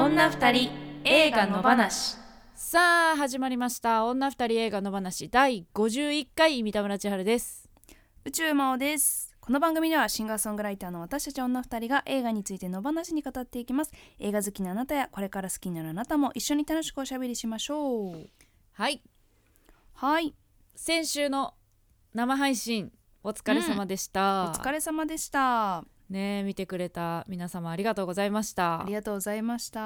女二人映画の話。 さあ始まりました。女二人映画の話第51回三田村千春です。 宇宙魔王です。この番組ではシンガーソングライターの私たち女二人が映画についての話に語っていきます。映画好きなあなたやこれから好きになるあなたも一緒に楽しくおしゃべりしましょう。 はい、 先週の生配信お疲れ様でした、 お疲れ様でしたね。見てくれた皆様ありがとうございました。 ありがとうございました。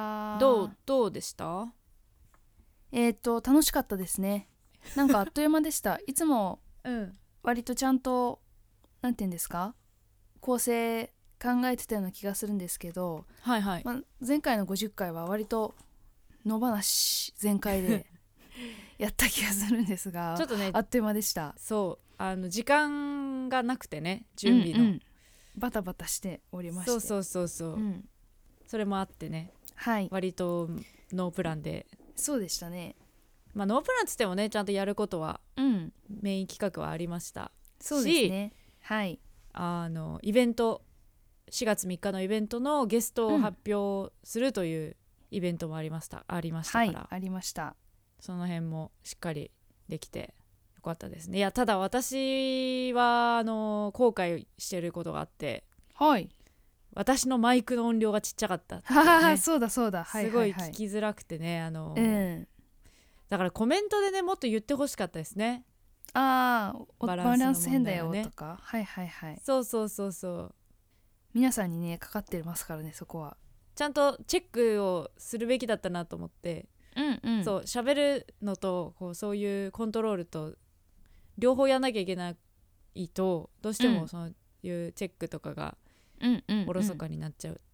どうでした？ 楽しかったですね。なんかあっという間でしたいつも割とちゃんとなんて言うんですか、構成考えてたような気がするんですけど、 はいはい、 前回の50回は割と野放し全開でやった気がするんですがちょっとねあっという間でした。 そう時間がなくてね、準備の、 バタバタしておりまして、 そう、それもあってね、 はい、 割とノープランで。 そうでしたね。 ノープランつってもね、ちゃんとやることは、メイン企画はありましたし、 そうですね、はい、 イベント4月3日のイベントのゲストを発表するというイベントもありましたから、 はい、ありました。 その辺もしっかりできてよかったですね。いや、ただ私は後悔してることがあって、 はい、 私のマイクの音量がちっちゃかったってね、 そうだ、はい、 すごい聞きづらくてね、だからコメントでねもっと言ってほしかったですね。 バランス変だよねとか、はい、 そう皆さんにねかかってますからね、そこはちゃんとチェックをするべきだったなと思って、そう喋るのとそういうコントロールと両方やんなきゃいけないと、どうしてもそういうチェックとかがおろそかになっちゃうって、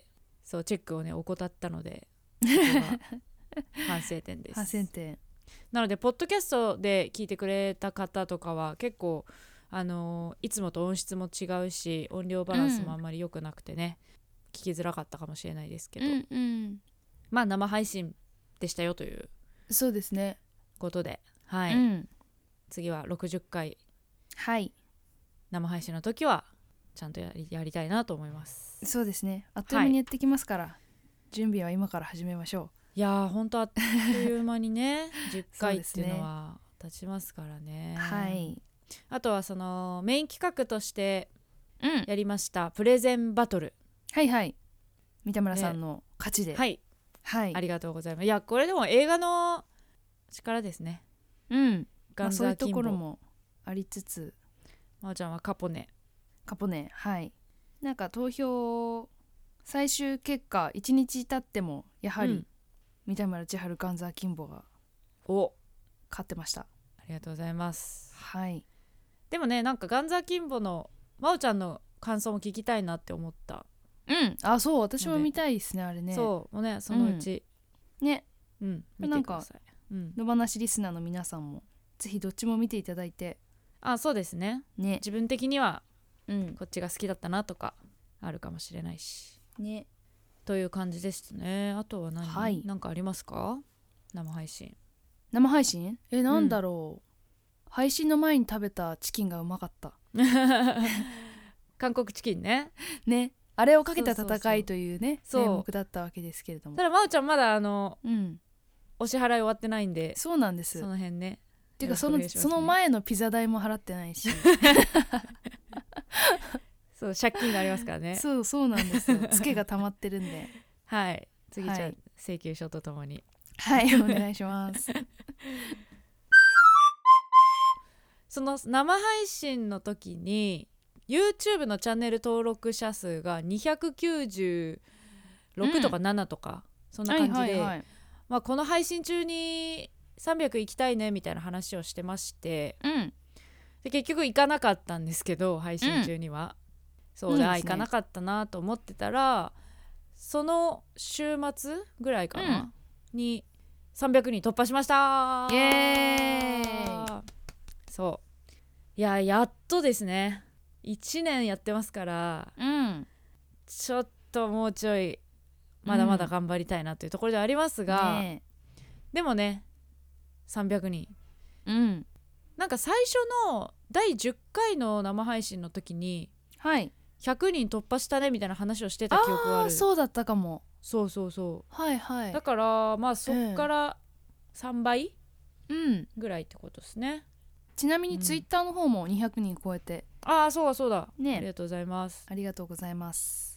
そうチェックをね怠ったので、そこが反省点です。 反省点なのでポッドキャストで聞いてくれた方とかは結構いつもと音質も違うし、音量バランスもあんまり良くなくてね、聞きづらかったかもしれないですけど、生配信でしたよというそうですねことで、はい、次は60回、 はい、 生配信の時はちゃんとやりたいなと思います。 そうですね、あっという間にやってきますから、準備は今から始めましょう。 いやーほんとあっという間にね10回っていうのは経ちますからね。 はい、 あとはそのメイン企画としてやりました、プレゼンバトル、 はい、三田村さんの勝ちで、 はい、ありがとうございます。いやこれでも映画の力ですね。ガンザーキンボ、 そういうところもありつつ、 まおちゃんはカポネ、 はい、なんか投票最終結果1日経ってもやはり、三田村千春ガンザーキンボが勝ってました。 ありがとうございます。 はい、 でもね、なんかガンザーキンボのまおちゃんの感想も聞きたいなって思った。 そう、私も見たいですね、あれね。 そうもうね、そのうち、 ね、 見てください。 野放しリスナーの皆さんもぜひどっちも見ていただいて、 そうですね、自分的には、こっちが好きだったなとかあるかもしれないしね、 という感じですね。あとは何かありますか？生配信なんだろう、配信の前に食べたチキンがうまかった韓国チキンねあれをかけた戦いというね名目だったわけですけれども、 ただまおちゃんまだお支払い終わってないんで、 そうなんです。 その辺ね、 っていうかその前のピザ代も払ってないしそう借金がありますからね。 そうなんですよツケが溜まってるんではい、次じゃあ請求書とともにお願いしますその生配信の時に YouTube のチャンネル登録者数が296とか7とか、そんな感じで、この配信中に300行きたいねみたいな話をしてまして、で結局行かなかったんですけど、配信中には、そうだ、行かなかったなと思ってたら、その週末ぐらいかな、に300人突破しました。 イエーイ。 そういや、やっとですね。1年やってますから、ちょっともうちょいまだまだ頑張りたいなというところではありますが、でもね300人、なんか最初の第10回の生配信の時に、100人突破したねみたいな話をしてた記憶がある。 そうだったかも。 そうそうそはいはう。 い。 だからまあそっから3倍うんぐらいってことですね。 ちなみにツイッターの方も200人超えて、 ああそうだそうだ、 ね、 ありがとうございます。 ありがとうございます。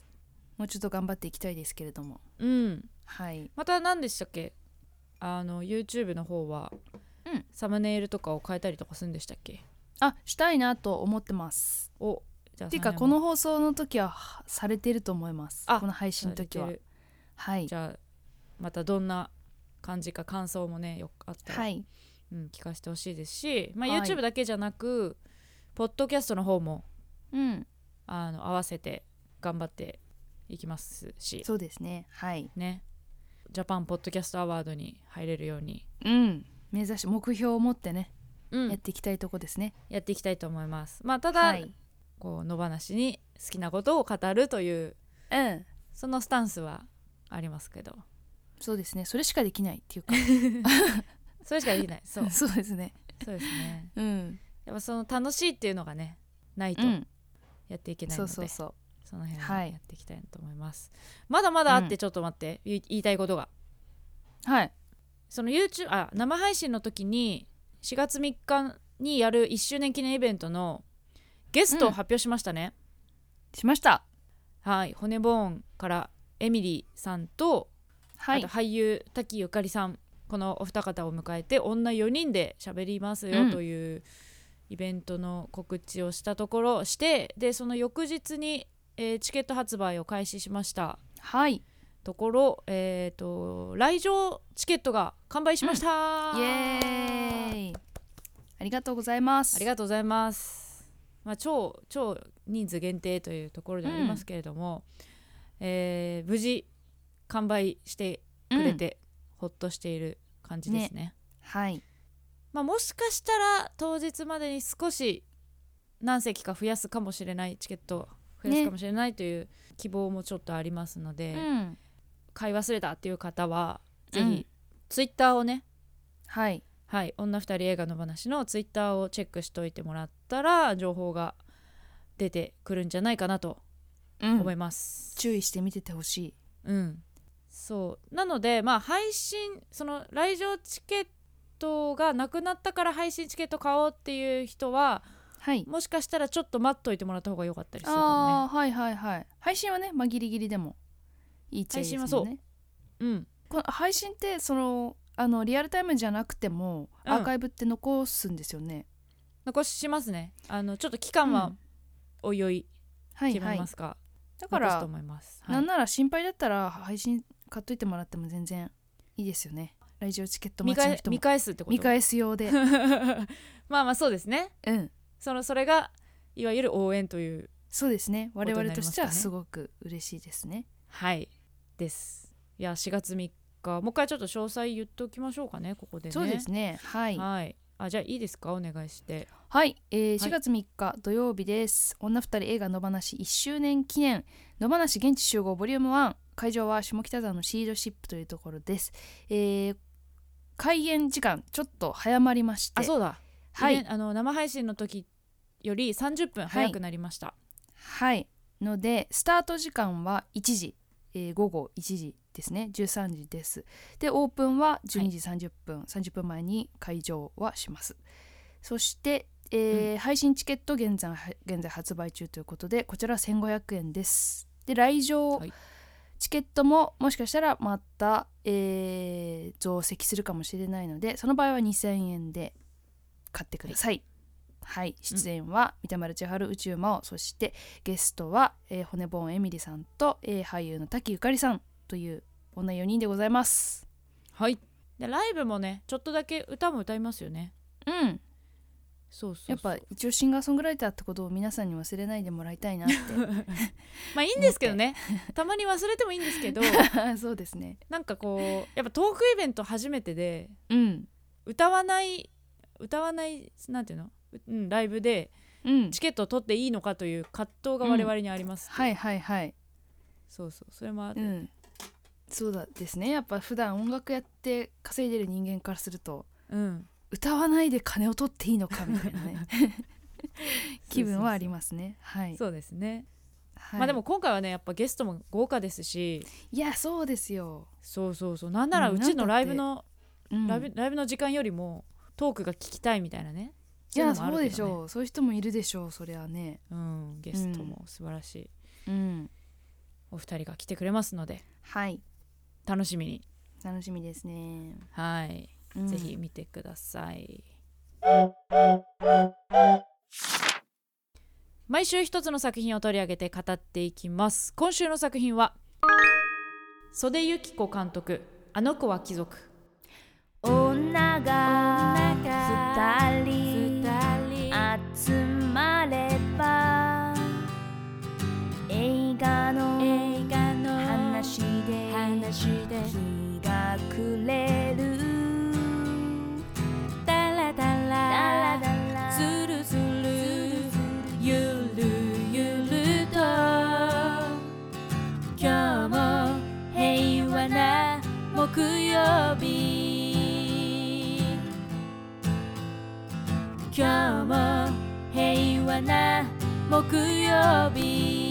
もうちょっと頑張っていきたいですけれども、はい。 また何でしたっけ、YouTube の方は、サムネイルとかを変えたりとかするんでしたっけ。 したいなと思ってます。 じゃあていうかこの放送の時はされてると思います。この配信の時は。はい。 じゃあまたどんな感じか感想もねよかったら、聞かせてほしいですし、YouTube だけじゃなくポッドキャストの方も、合わせて頑張っていきますし。 そうですね。はいね、ジャパンポッドキャストアワードに入れるように、 目指し目標を持ってね、やっていきたいとこですね。 やっていきたいと思います。ただ、こう野放しに好きなことを語るという、そのスタンスはありますけど。 そうですね、それしかできないっていうかそれしかできない。そうですね。 そうですね。やっぱその楽しいっていうのがねないとやっていけないので、その辺をやっていきたいと思います。まだまだあって、ちょっと待って、言いたいことが。その YouTube 生配信の時に4月3日にやる1周年記念イベントのゲストを発表しましたね。 しました。 はい、骨ボーンからエミリーさんと、あと俳優滝ゆかりさん、このお二方を迎えて女4人で喋りますよというイベントの告知をしたところで、その翌日に、チケット発売を開始しました。ところ、来場チケットが完売しました、 イエーイ、ありがとうございます。 ありがとうございます。超人数限定というところでありますけれども、無事完売してくれて、ほっとしている感じですね。もしかしたら当日までに少し何席か増やすかもしれない、チケットを増やすかもしれないという希望もちょっとありますので、買い忘れたっていう方はぜひツイッターをね、女二人映画の話のツイッターをチェックしといてもらったら情報が出てくるんじゃないかなと思います。 注意して見ててほしい。 そうなので、配信、その来場チケットがなくなったから配信チケット買おうっていう人は、もしかしたらちょっと待っといてもらった方が良かったりするかもね。 配信はね、ギリギリでもいいっちゃいいですよね。この配信ってリアルタイムじゃなくてもアーカイブって残すんですよね。 残しますね。ちょっと期間はおいおい決めますが、 だからなんなら心配だったら配信買っといてもらっても全然いいですよね。来場チケット待ちの人も見返すってこと、 見返す用でそうですね。それがいわゆる応援という、 そうですね、我々としてはすごく嬉しいですね。 です。いや4月3日もう一回ちょっと詳細言っておきましょうかね、ここでね。 そうですね。じゃあいいですか、お願いして。 4月3日土曜日です。女二人映画野放し1周年記念野放し現地集合ボリューム1、会場は下北沢のシードシップというところです。開演時間ちょっと早まりまして、 そうだ、生配信の時より30分早くなりました。 のでスタート時間は1時、午後1時ですね、13時です。でオープンは12時30分、30分前に開場はします。そして、配信チケット現在発売中ということで、こちら1500円です。で来場、チケットももしかしたらまた、増席するかもしれないので、その場合は2000円で買ってください。出演は三田丸千春、宇宙魔王、そしてゲストは、骨ボーンエミリさんと、俳優の滝ゆかりさんという女4人でございます。 でライブもねちょっとだけ歌も歌いますよね。 やっぱ一応シンガーソングライターってことを皆さんに忘れないでもらいたいなっていいんですけどね、たまに忘れてもいいんですけどそうですね、 なんかこうやっぱトークイベント初めてで、歌わないなんていうの、ライブでチケットを取っていいのかという葛藤が我々にあります。それもある、 そうだですね。やっぱ普段音楽やって稼いでる人間からすると、歌わないで金を取っていいのかみたいなね気分はありますね。 そうですね。 まあでも今回はねやっぱゲストも豪華ですし、 いやそうですよ。 そうなんならうちのライブの、ライブの時間よりもトークが聞きたいみたいなね。 いやそうでしょう。そういう人もいるでしょう。そりゃね。 ゲストも素晴らしい、お二人が来てくれますので、 はい、 楽しみですね。 はい、ぜひ見てください。毎週一つの作品を取り上げて語っていきます。今週の作品は袖由紀子監督、あの子は貴族。 女が二人集まれば映画の話で日が暮れる。 ダラダラズルズルゆるゆると今日も平和な木曜日、今日も平和な木曜日。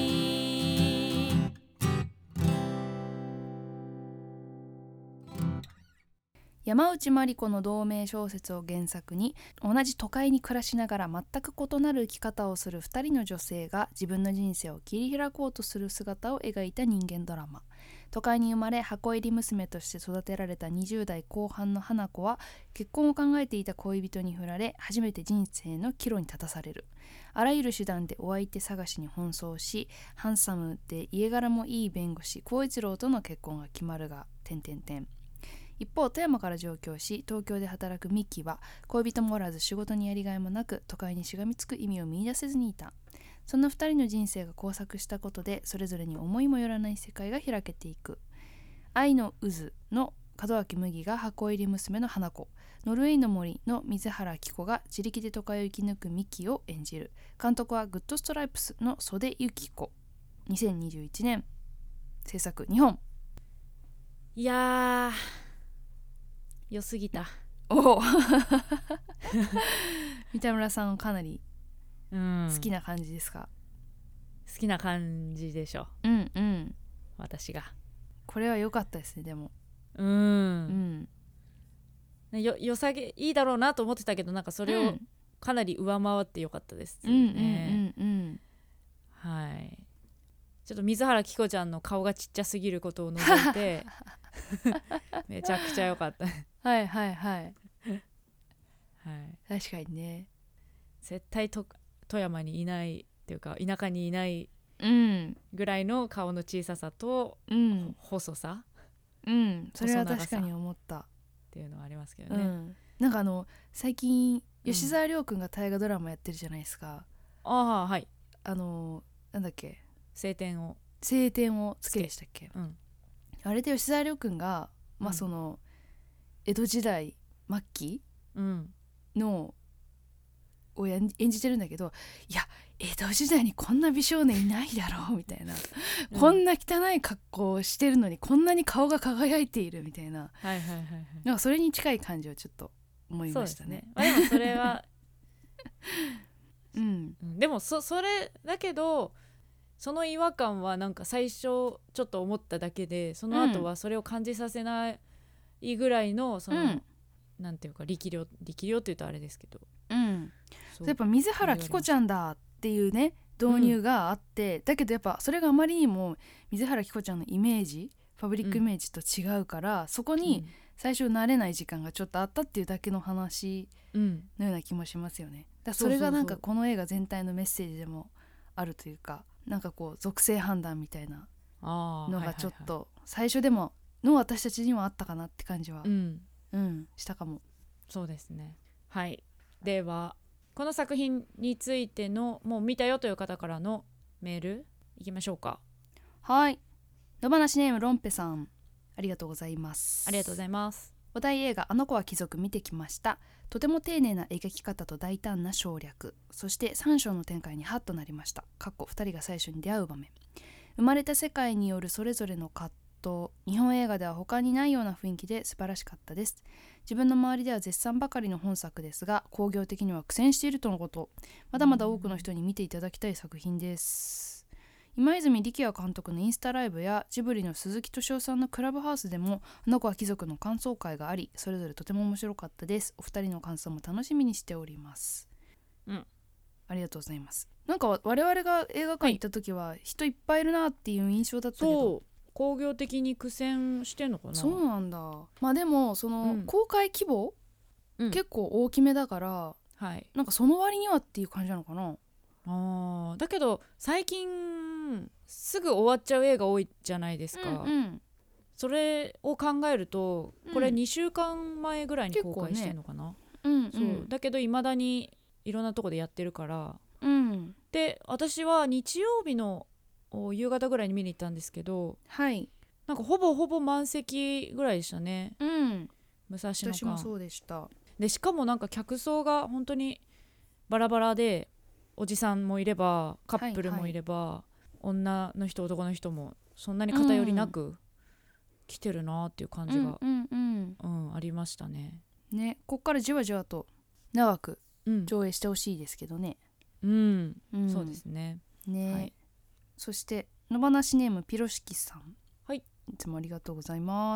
山内まりこの同名小説を原作に、同じ都会に暮らしながら全く異なる生き方をする2人の女性が自分の人生を切り開こうとする姿を描いた人間ドラマ。都会に生まれ箱入り娘として育てられた20代後半の花子は、結婚を考えていた恋人に振られ初めて人生の岐路に立たされる。あらゆる手段でお相手探しに奔走し、ハンサムで家柄もいい弁護士光一郎との結婚が決まるが一方、富山から上京し東京で働くミキは恋人もおらず仕事にやりがいもなく、都会にしがみつく意味を見出せずにいた。そんな2人の人生が交錯したことで、それぞれに思いもよらない世界が開けていく。愛の渦の門脇麦が箱入り娘の花子、ノルウェーの森の水原希子が自力で都会を生き抜くミキを演じる。監督はグッドストライプスの袖由紀子。2021年制作、日本。 いやー良すぎた。 おお三田村さんかなり好きな感じですか？ 好きな感じでしょ。私が。 これは良かったですね。でも良さげいいだろうなと思ってたけど、なんかそれをかなり上回って良かったですね。はい。ちょっと水原希子ちゃんの顔がちっちゃすぎることを除いてめちゃくちゃ良かったはいはいはい、確かにね。 絶対富山にいないっていうか田舎にいないぐらいの顔の小ささと、細さ、 それは確かに思ったっていうのはありますけどね。 なんか最近吉沢亮君が大河ドラマやってるじゃないですか。 はい。 なんだっけ、 晴天をつけでしたっけ。あれで吉沢亮君が、その江戸時代末期のを演じてるんだけど、いや江戸時代にこんな美少年いないだろうみたいな、こんな汚い格好をしてるのにこんなに顔が輝いているみたいな、なんかそれに近い感じをちょっと思いましたね。 でもそれはでもそれだけど、その違和感はなんか最初ちょっと思っただけで、その後はそれを感じさせないぐらいのその、なんていうか力量っていうとあれですけど、 やっぱ水原希子ちゃんだっていうね導入があって、だけどやっぱそれがあまりにも水原希子ちゃんのイメージ、パブリックイメージと違うから、そこに最初慣れない時間がちょっとあったっていうだけの話のような気もしますよね。だそれがなんかこの映画全体のメッセージでもあるというか、なんかこう属性判断みたいなのがちょっと最初でもの私たちにはあったかなって感じは、したかも。 そうですね。はい。ではこの作品についてのもう見たよという方からのメールいきましょうか。 はい。野放しネームロンペさん、ありがとうございます。 ありがとうございます。 お題映画あの子は貴族見てきました。とても丁寧な描き方と大胆な省略、そして3章の展開にハッとなりました。2人が最初に出会う場面、生まれた世界によるそれぞれの葛藤、日本映画では他にないような雰囲気で素晴らしかったです。自分の周りでは絶賛ばかりの本作ですが、興行的には苦戦しているとのこと。まだまだ多くの人に見ていただきたい作品です。 今泉力也監督のインスタライブやジブリの鈴木敏夫さんのクラブハウスでもあの子は貴族の感想会があり、それぞれとても面白かったです。お二人の感想も楽しみにしております。ありがとうございます。なんか我々が映画館行った時は人いっぱいいるなっていう印象だったけど、 そう工業的に苦戦してんのかな。 そうなんだ。まあでもその、公開規模、結構大きめだから、なんかその割にはっていう感じなのかな。 だけど最近すぐ終わっちゃう映画多いじゃないですか、それを考えるとこれ2週間前ぐらいに公開してるのかな、そうだけどいまだにいろんなとこでやってるから、で私は日曜日の夕方ぐらいに見に行ったんですけど、なんかほぼ満席ぐらいでしたね、武蔵野館。 私もそうでした。 でしかもなんか客層が本当にバラバラで、おじさんもいればカップルもいれば、女の人男の人もそんなに偏りなく来てるなっていう感じが、ありましたね。 こっからじわじわと長く上映してほしいですけどね。 そうですね。 そして野放しネームピロシキさん、いつもありがとうございます。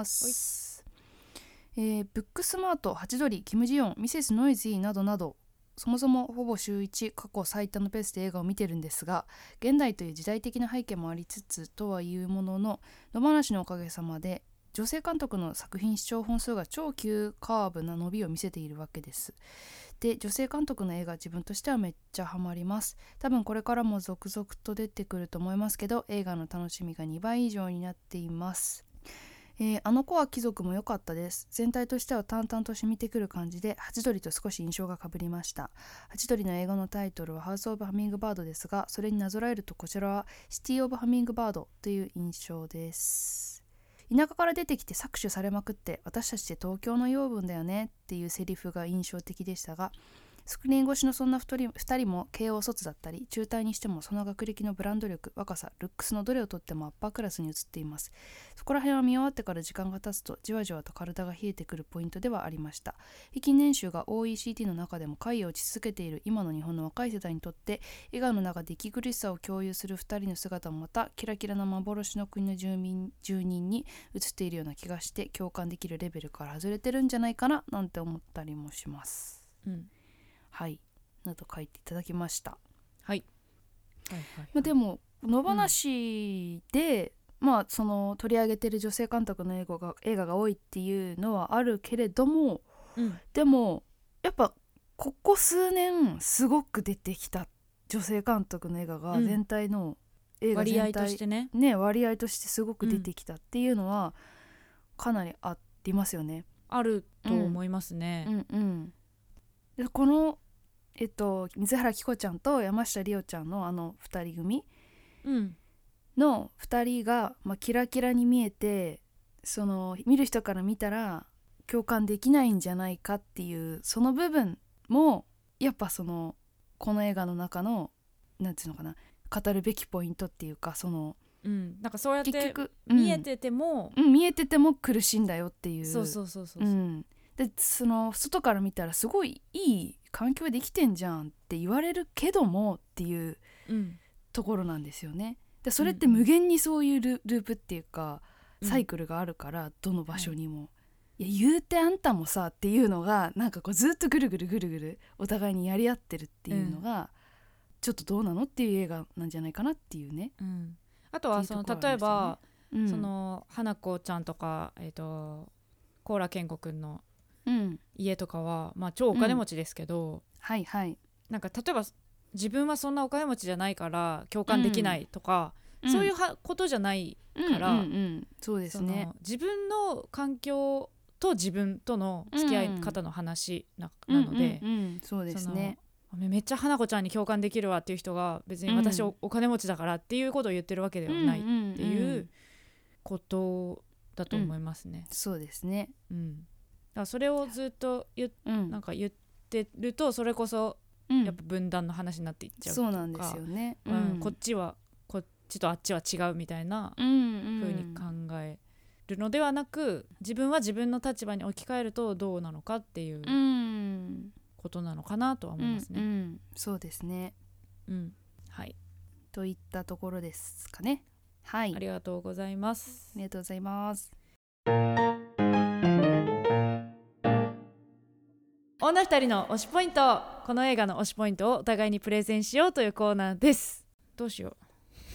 ブックスマート、ハチドリ、キム・ジヨン、ミセスノイズィーなどなど、そもそもほぼ週1過去最多のペースで映画を見てるんですが、現代という時代的な背景もありつつとはいうものの、野放しのおかげさまで女性監督の作品視聴本数が超急カーブな伸びを見せているわけです。で、女性監督の映画、自分としてはめっちゃハマります。多分これからも続々と出てくると思いますけど、映画の楽しみが2倍以上になっています。あの子は貴族も良かったです。全体としては淡々と染みてくる感じで、ハチドリと少し印象がかぶりました。ハチドリの英語のタイトルはハウス・オブ・ハミングバードですが、それになぞらえるとこちらはシティ・オブ・ハミングバードという印象ですす。田舎から出てきて搾取されまくって、私たちって東京の養分だよねっていうセリフが印象的でしたが、スクリーン越しのそんな2人も慶応卒だったり、中退にしてもその学歴のブランド力、若さ、ルックスのどれをとってもアッパークラスに移っています。そこら辺は見終わってから時間が経つとじわじわと体が冷えてくるポイントではありました。平均年収が OECD の中でも下位を打ち続けている今の日本の若い世代にとって、笑顔の中で息苦しさを共有する2人の姿もまたキラキラな幻の国の住人に映っているような気がして、共感できるレベルから外れてるんじゃないかななんて思ったりもします。など書いていただきました。でも野放しで、その取り上げてる女性監督の映画が多いっていうのはあるけれども、でもやっぱここ数年すごく出てきた女性監督の映画が全体の映画全体、 割合としてね、 割合としてすごく出てきたっていうのはかなりありますよね。 あると思いますね。 でこの水原希子ちゃんと山下リオちゃんのあの2人組の2人が、キラキラに見えて、その見る人から見たら共感できないんじゃないかっていうその部分もやっぱこの映画の中のなんていうのかな、語るべきポイントっていうか、 なんかそうやって見えてても、 見えてても苦しいんだよっていう。でその外から見たらすごいいい環境できてんじゃんって言われるけどもっていうところなんですよね。でそれって無限にそういうループっていうかサイクルがあるから、どの場所にも、いや言うてあんたもさっていうのがなんかこうずっとぐるぐるお互いにやり合ってるっていうのが、ちょっとどうなのっていう映画なんじゃないかなっていうね。 あとは例えば、その花子ちゃんとか高良健吾くんの家とかは、超お金持ちですけど、なんか例えば自分はそんなお金持ちじゃないから共感できないとか、そういうことじゃないから、 そうですね、 自分の環境と自分との付き合い方の話なので、 そうですね、 めっちゃ花子ちゃんに共感できるわっていう人が別に私お金持ちだからっていうことを言ってるわけではないっていうことだと思いますね。 そうですね、 だからそれをずっとなんか言ってると、それこそやっぱ分断の話になっていっちゃうとか、 そうなんですよね、 こっちとあっちは違うみたいな風に考えるのではなく、自分は自分の立場に置き換えるとどうなのかっていうことなのかなとは思いますね。 そうですね、 といったところですかね。はい、 ありがとうございます。 ありがとうございます。 女二人の推しポイント。この映画の推しポイントをお互いにプレゼンしようというコーナーです。どうしよう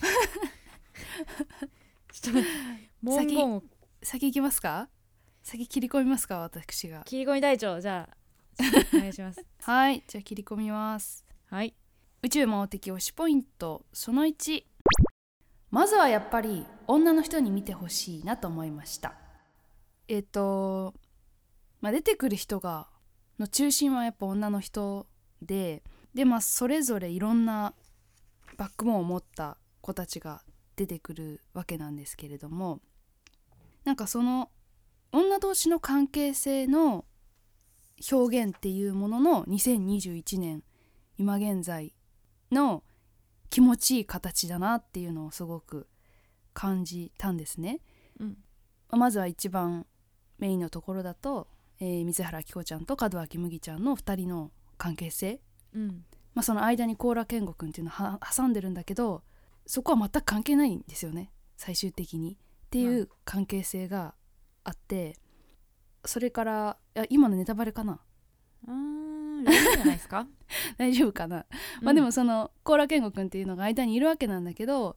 ちょっと文言を先行きますか？先切り込みますか？私が切り込み隊長、じゃあお願いしますはい、じゃあ切り込みます。 はい。 宇宙魔王的推しポイントその1、まずはやっぱり女の人に見てほしいなと思いました。出てくる人がの中心はやっぱ女の人で、それぞれいろんなバックボーンを持った子たちが出てくるわけなんですけれども、なんかその女同士の関係性の表現っていうものの2021年今現在の気持ちいい形だなっていうのをすごく感じたんですね、まずは一番メインのところだと、水原希子ちゃんと門脇麦ちゃんの2人の関係性、その間に高良健吾くんっていうのを挟んでるんだけど、そこは全く関係ないんですよね最終的にっていう関係性があって、それから今のネタバレかな、 大丈夫じゃないですか大丈夫かな、でもその高良健吾くんっていうのが間にいるわけなんだけど、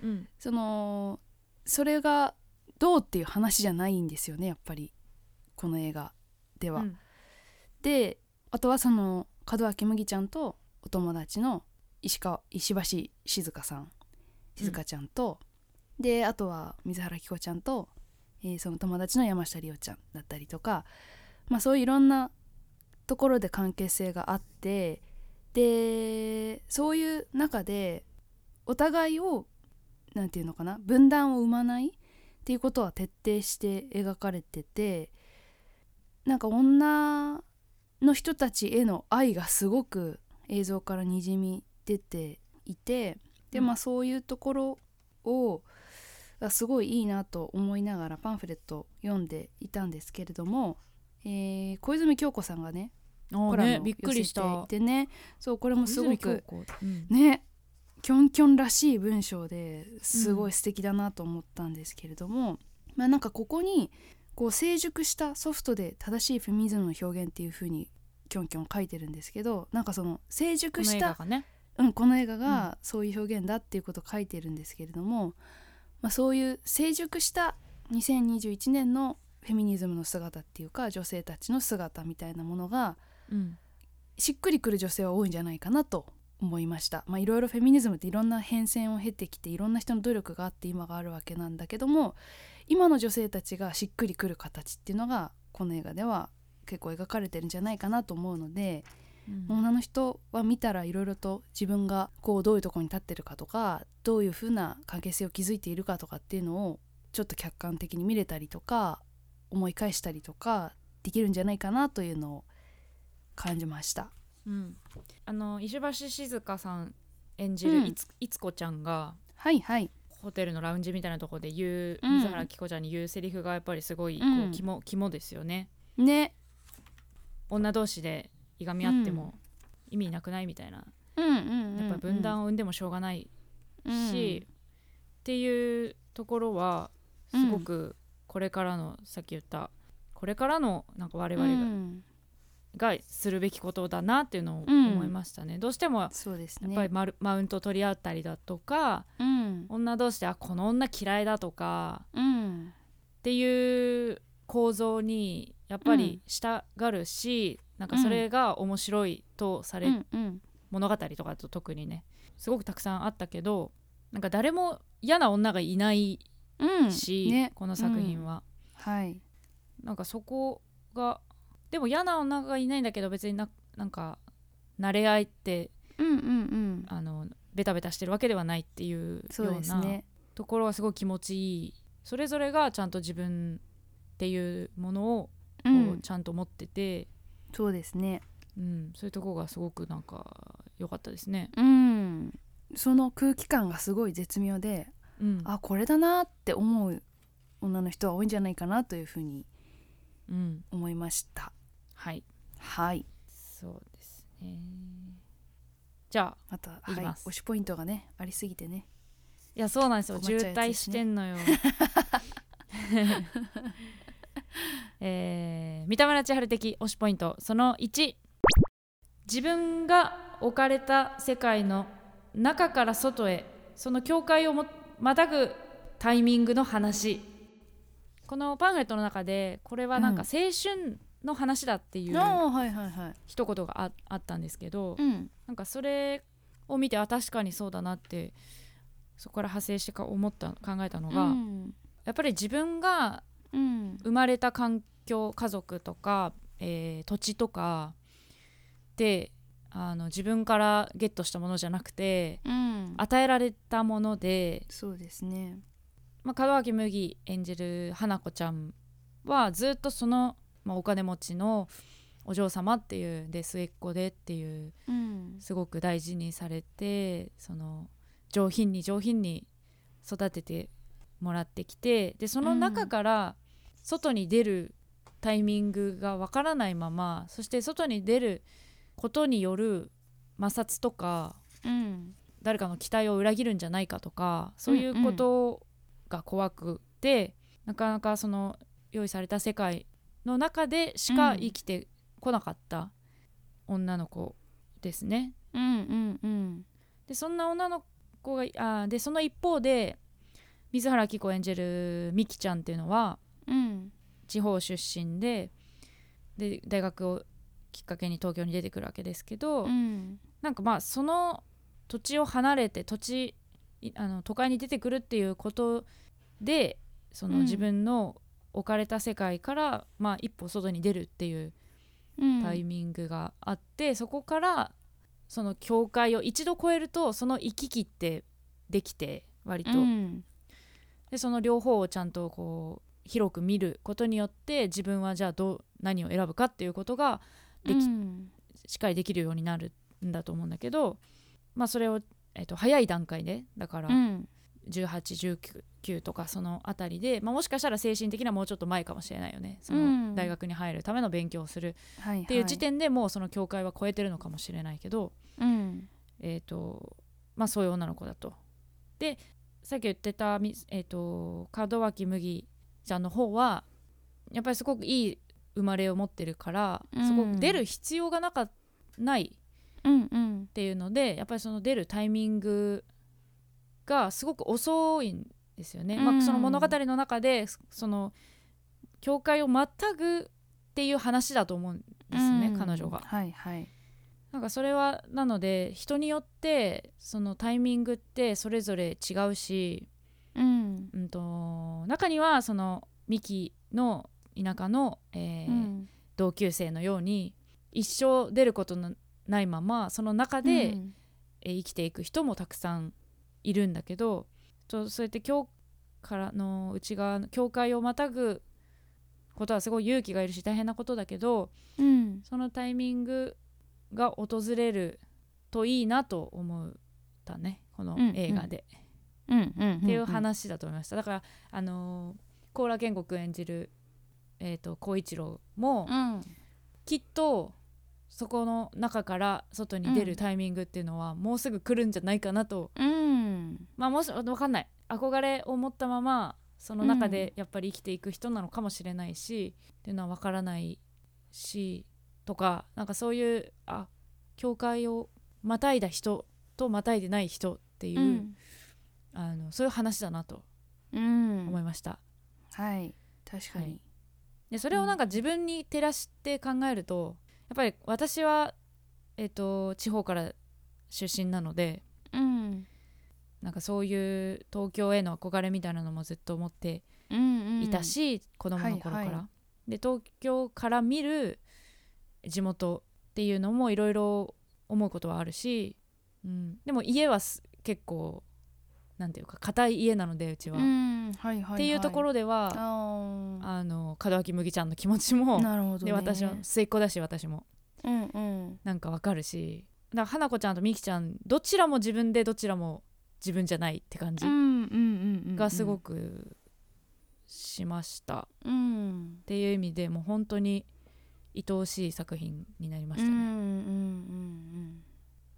それがどうっていう話じゃないんですよねやっぱりこの映画では、であとはその門脇麦ちゃんとお友達の石橋静香さん静香ちゃんと、であとは水原希子ちゃんと、その友達の山下里央ちゃんだったりとか、そういういろんなところで関係性があって、でそういう中でお互いをなんていうのかな、分断を生まないっていうことは徹底して描かれてて、なんか女の人たちへの愛がすごく映像からにじみ出ていて、でそういうところをすごいいいなと思いながらパンフレット読んでいたんですけれども、小泉京子さんがねコラムを寄せていてね、そうこれもすごくねキョンキョンらしい文章ですごい素敵だなと思ったんですけれども、なんかここにこう成熟したソフトで正しいフェミニズムの表現っていう風にキョンキョン書いてるんですけど、なんかその成熟したこの映画がそういう表現だっていうことを書いてるんですけれども、そういう成熟した2021年のフェミニズムの姿っていうか女性たちの姿みたいなものが、しっくりくる女性は多いんじゃないかなと思いました。いろいろフェミニズムっていろんな変遷を経てきていろんな人の努力があって今があるわけなんだけども、今の女性たちがしっくりくる形っていうのがこの映画では結構描かれてるんじゃないかなと思うので、女の人は見たらいろいろと自分がこうどういうところに立ってるかとかどういうふうな関係性を築いているかとかっていうのをちょっと客観的に見れたりとか思い返したりとかできるんじゃないかなというのを感じました、 石橋静香さん演じるいつこちゃんが、ホテルのラウンジみたいなところで言う、水原希子ちゃんに言うセリフがやっぱりすごいこう肝ですよね。女同士でいがみ合っても意味なくないみたいな、やっぱ分断を生んでもしょうがないし、っていうところはすごくこれからの、さっき言ったこれからのなんか我々がするべきことだなっていうのを思いましたね、どうしてもやっぱりマウント取り合ったりだとか、女同士でこの女嫌いだとか、っていう構造にやっぱり従うし、なんかそれが面白いとされ、物語とかだと特にねすごくたくさんあったけど、なんか誰も嫌な女がいないし、この作品は、なんかそこがでも嫌な女がいないんだけど別になんか慣れ合いって、ベタベタしてるわけではないっていうようなところがすごい気持ちいい。それぞれがちゃんと自分っていうものをちゃんと持ってて、 そうですね、 そういうところがすごくなんか良かったですね。 その空気感がすごい絶妙で、これだなって思う女の人は多いんじゃないかなというふうに思いました。 はい、 はい、 そうですね。 じゃあまた、 いきます。 推しポイントがねありすぎてね。 いやそうなんですよ、渋滞してんのよ三田村千春的推しポイントその1、自分が置かれた世界の中から外へその境界をまたぐタイミングの話。このパンフレットの中でこれはなんか青春の話だっていう一言があったんですけど、なんかそれを見て確かにそうだなってそこから派生して考えたのが、やっぱり自分が生まれた環境、家族とか、土地とかで自分からゲットしたものじゃなくて、与えられたもので、 そうですね、 門脇麦演じる花子ちゃんはずっとその、お金持ちのお嬢様っていうで末っ子でっていう、すごく大事にされてその上品に育ててもらってきて、でその中から外に出るタイミングがわからないまま、そして外に出ることによる摩擦とか、誰かの期待を裏切るんじゃないかとか、そういうことが怖くて、なかなかその用意された世界の中でしか生きてこなかった女の子ですね。でそんな女の子がでその一方で水原希子演じる美紀ちゃんっていうのは、地方出身で大学をきっかけに東京に出てくるわけですけど、なんかその土地を離れて都会に出てくるっていうことでその自分の置かれた世界から、一歩外に出るっていうタイミングがあって、そこからその境界を一度越えるとその行き来ってできて割と、でその両方をちゃんとこう広く見ることによって自分はじゃあ何を選ぶかっていうことがしっかりできるようになるんだと思うんだけど、それを、早い段階でだから、18、19とかそのあたりで、もしかしたら精神的にはもうちょっと前かもしれないよね。その大学に入るための勉強をするっていう時点でもうその境界は超えてるのかもしれないけど、そういう女の子だと。でさっき言ってた、門脇麦ちゃんの方はやっぱりすごくいい生まれを持ってるから、そこ出る必要がないっていうので、やっぱりその出るタイミングがすごく遅いんですよね。その物語の中でその境界をまたぐっていう話だと思うんですね、彼女が。なんかそれはなので人によってそのタイミングってそれぞれ違うし、中にはそのミキの田舎の、同級生のように一生出ることのないままその中で、生きていく人もたくさんいるんだけど、そうやって今日からの内側の境界をまたぐことはすごい勇気がいるし大変なことだけど、そのタイミングが訪れるといいなと思ったね、この映画で、っていう話だと思いました。だから高良健吾君演じる孝一郎も、きっとそこの中から外に出るタイミングっていうのはもうすぐ来るんじゃないかなと、もし分かんない、憧れを持ったままその中でやっぱり生きていく人なのかもしれないし、っていうのは分からないしとか、なんかそういう境界をまたいだ人とまたいでない人っていう、そういう話だなと思いました。 はい確かに、 でそれをなんか自分に照らして考えると、やっぱり私は、地方から出身なので、なんかそういう東京への憧れみたいなのもずっと思っていたし、子供の頃から、で東京から見る地元っていうのもいろいろ思うことはあるし、でも家は結構なんていうか固い家なのでうちは、っていうところでは門脇麦ちゃんの気持ちも、で私は末っ子だし私も、なんかわかるし、だから花子ちゃんとみきちゃんどちらも自分でどちらも自分じゃないって感じがすごくしました、っていう意味でもう本当に愛おしい作品になりましたね。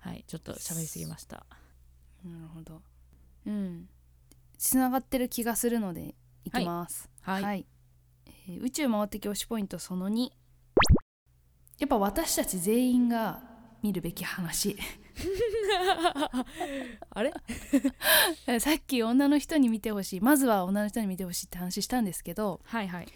はい、ちょっと喋りすぎました。 なるほど。つながってる気がするのでいきます。 はい、はい。 宇宙回ってき推しポイントその2、やっぱ私たち全員が見るべき話あれさっき女の人に見てほしい、まずは女の人に見てほしいって話したんですけど、 はいはい、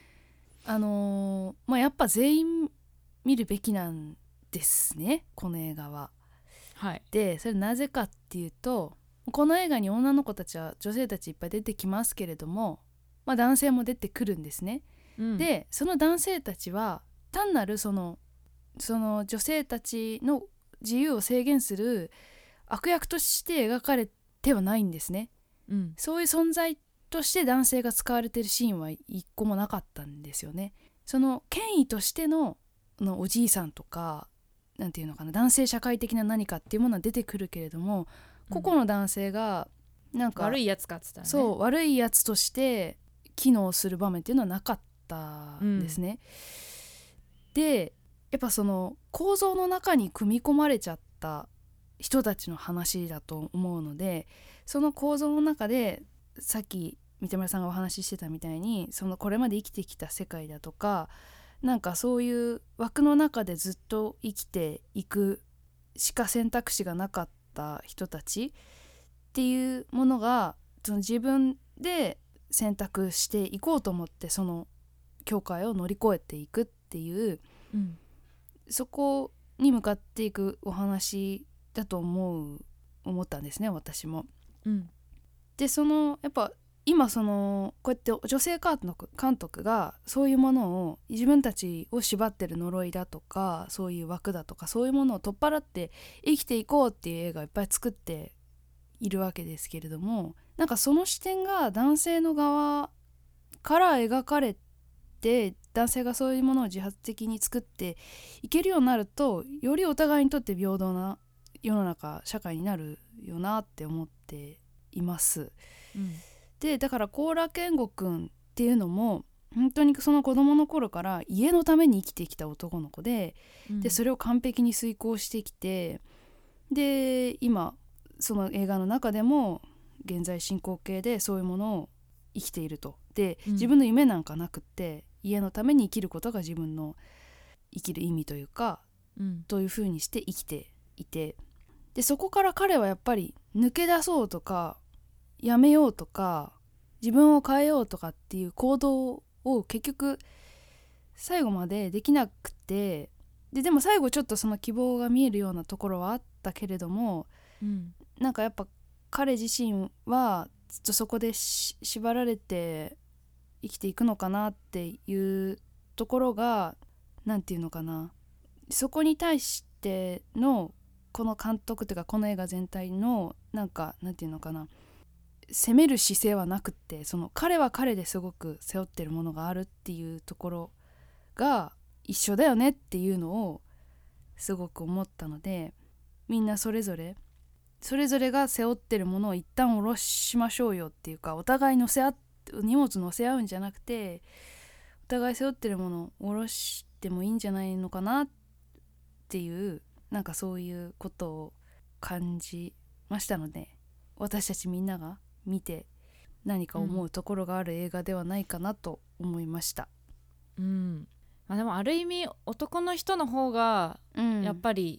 やっぱ全員見るべきなんですね、この映画は。 はい、 でそれなぜかっていうと、この映画に女の子たちは女性たちいっぱい出てきますけれども、男性も出てくるんですね、でその男性たちは単なるその女性たちの自由を制限する悪役として描かれてはないんですね、そういう存在として男性が使われているシーンは一個もなかったんですよね。その権威としてのおじいさんとか、なんていうのかな、男性社会的な何かっていうものは出てくるけれども、個々の男性がなんか悪いやつかっつったらね、 そう悪いやつとして機能する場面っていうのはなかったんですね、でやっぱその構造の中に組み込まれちゃった人たちの話だと思うので、その構造の中でさっき三田村さんがお話ししてたみたいに、そのこれまで生きてきた世界だとか、なんかそういう枠の中でずっと生きていくしか選択肢がなかった人たちっていうものが、その自分で選択していこうと思ってその境界を乗り越えていくっていう、そこに向かっていくお話だと思ったんですね、私も。でそのやっぱ今そのこうやって女性監督がそういうものを、自分たちを縛ってる呪いだとかそういう枠だとかそういうものを取っ払って生きていこうっていう映画をいっぱい作っているわけですけれども、なんかその視点が男性の側から描かれて、男性がそういうものを自発的に作っていけるようになると、よりお互いにとって平等な世の中社会になるよなって思っています、でだから高良健吾くんっていうのも本当にその子供の頃から家のために生きてきた男の子で、でそれを完璧に遂行してきて、で今その映画の中でも現在進行形でそういうものを生きていると。で自分の夢なんかなくって、家のために生きることが自分の生きる意味というか、というふうにして生きていて、でそこから彼はやっぱり抜け出そうとかやめようとか自分を変えようとかっていう行動を結局最後までできなくて、でも最後ちょっとその希望が見えるようなところはあったけれども、なんかやっぱ彼自身はずっとそこで縛られて生きていくのかなっていうところが、なんていうのかな、そこに対してのこの監督というかこの映画全体のなんていうのかな、責める姿勢はなくって、その彼は彼ですごく背負ってるものがあるっていうところが一緒だよねっていうのをすごく思ったので、みんなそれぞれが背負ってるものを一旦下ろしましょうよっていうか、お互い荷物乗せ合うんじゃなくて、お互い背負ってるものを下ろしてもいいんじゃないのかなっていう、なんかそういうことを感じましたので、私たちみんなが見て何か思うところがある映画ではないかなと思いました。 でもある意味男の人の方がやっぱり、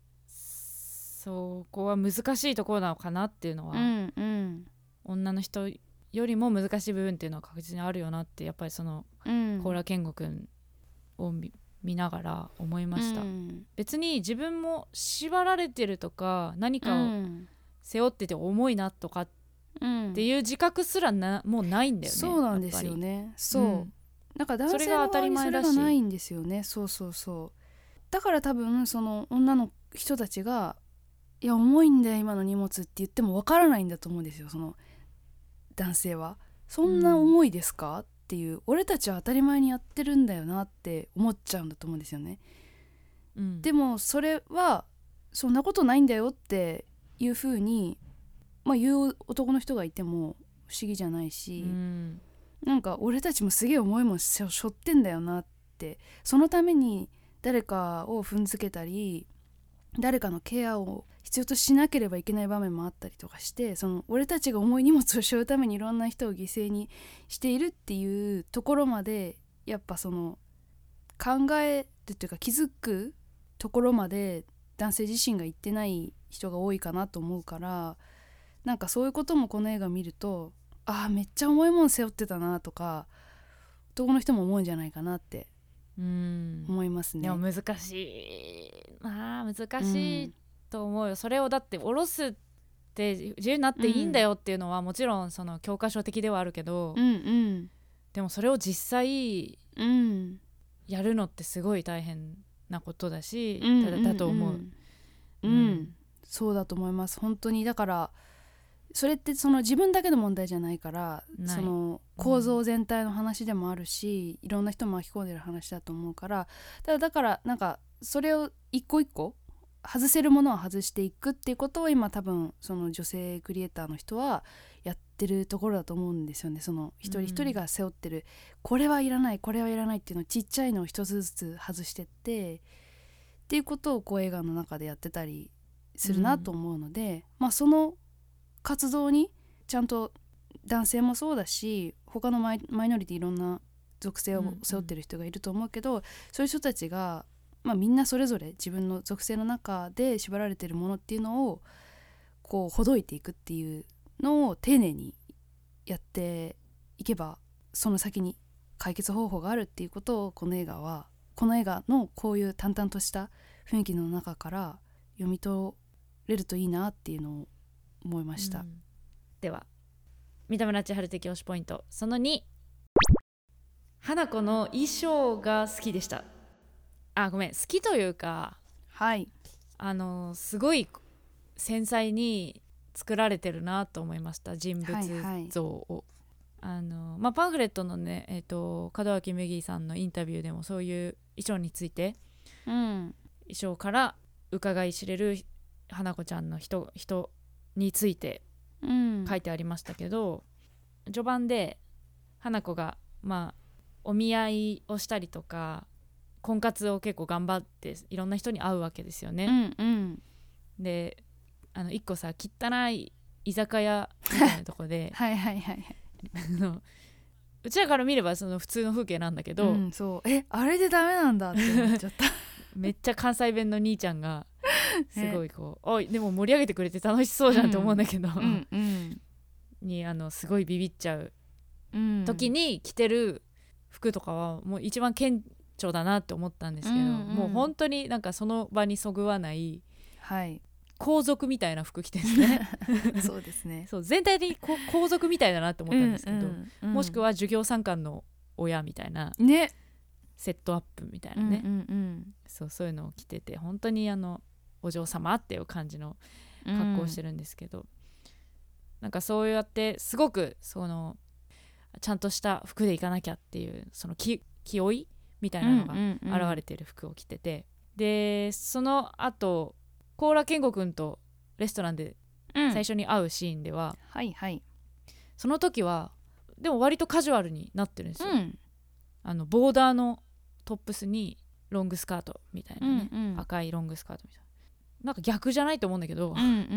そこは難しいところなのかなっていうのは、女の人よりも難しい部分っていうのは確実にあるよなって、やっぱりその高良健吾くんを見ながら思いました、別に自分も縛られてるとか何かを背負ってて重いなとかっていう自覚すらもうないんだよね。 そうなんですよね。なんか男性の側にそれがないんですよね。そうだから多分その女の人たちがいや重いんだよ今の荷物って言っても分からないんだと思うんですよ。その男性はそんな重いですか、っていう、俺たちは当たり前にやってるんだよなって思っちゃうんだと思うんですよね、でもそれはそんなことないんだよっていう風に、言う男の人がいても不思議じゃないし、なんか俺たちもすげえ重いもん背負ってんだよなって、そのために誰かを踏んづけたり誰かのケアを必要としなければいけない場面もあったりとかして、その俺たちが重い荷物を背負うためにいろんな人を犠牲にしているっていうところまでやっぱその考えるというか気づくところまで男性自身が言ってない人が多いかなと思うから、なんかそういうこともこの映画見ると、ああめっちゃ重いもん背負ってたなとか男の人も思うんじゃないかなって思いますね。 でも難しい難しいと思うよ、それをだって下ろすって自由になっていいんだよっていうのはもちろんその教科書的ではあるけど、でもそれを実際やるのってすごい大変なことだし、だと思う。 そうだと思います本当に。だからそれってその自分だけの問題じゃないから、その構造全体の話でもあるし、いろんな人巻き込んでる話だと思うから、だからなんかそれを一個一個外せるものは外していくっていうことを今多分その女性クリエイターの人はやってるところだと思うんですよね。その一人一人が背負ってる、これはいらないこれはいらないっていうのをちっちゃいのを一つずつ外してっていうことをこう映画の中でやってたりするなと思うので、その活動にちゃんと男性もそうだし他のマイノリティいろんな属性を背負ってる人がいると思うけど、そういう人たちが、みんなそれぞれ自分の属性の中で縛られてるものっていうのをこうほどいていくっていうのを丁寧にやっていけば、その先に解決方法があるっていうことをこの映画のこういう淡々とした雰囲気の中から読み取れるといいなっていうのを思いました。 では三田村千春的推しポイントその2、花子の衣装が好きでした。好きというか、すごい繊細に作られてるなと思いました、人物像を。パンフレットのね、門脇麦さんのインタビューでもそういう衣装について、衣装から伺い知れる花子ちゃんの人について書いてありましたけど、序盤で花子がお見合いをしたりとか婚活を結構頑張っていろんな人に会うわけですよね。で一個さ汚い居酒屋みたいなとこでうちらから見ればその普通の風景なんだけど、 あれでダメなんだって思っちゃっためっちゃ関西弁の兄ちゃんがすごいこう、でも盛り上げてくれて楽しそうじゃんって思うんだけど、にすごいビビっちゃう時に着てる服とかはもう一番顕著だなって思ったんですけど、もう本当になんかその場にそぐわない、皇族みたいな服着てるんですねそうですねそう全体的に皇族みたいだなって思ったんですけど、もしくは授業参観の親みたいな、セットアップみたいなね、そういうのを着てて本当にお嬢様っていう感じの格好をしてるんですけど、なんかそうやってすごくそのちゃんとした服で行かなきゃっていうその気負いみたいなのが現れてる服を着てて、でその後高良健吾くんとレストランで最初に会うシーンでは、その時はでも割とカジュアルになってるんですよ、ボーダーのトップスにロングスカートみたいなね、赤いロングスカートみたいな、なんか逆じゃないと思うんだけど、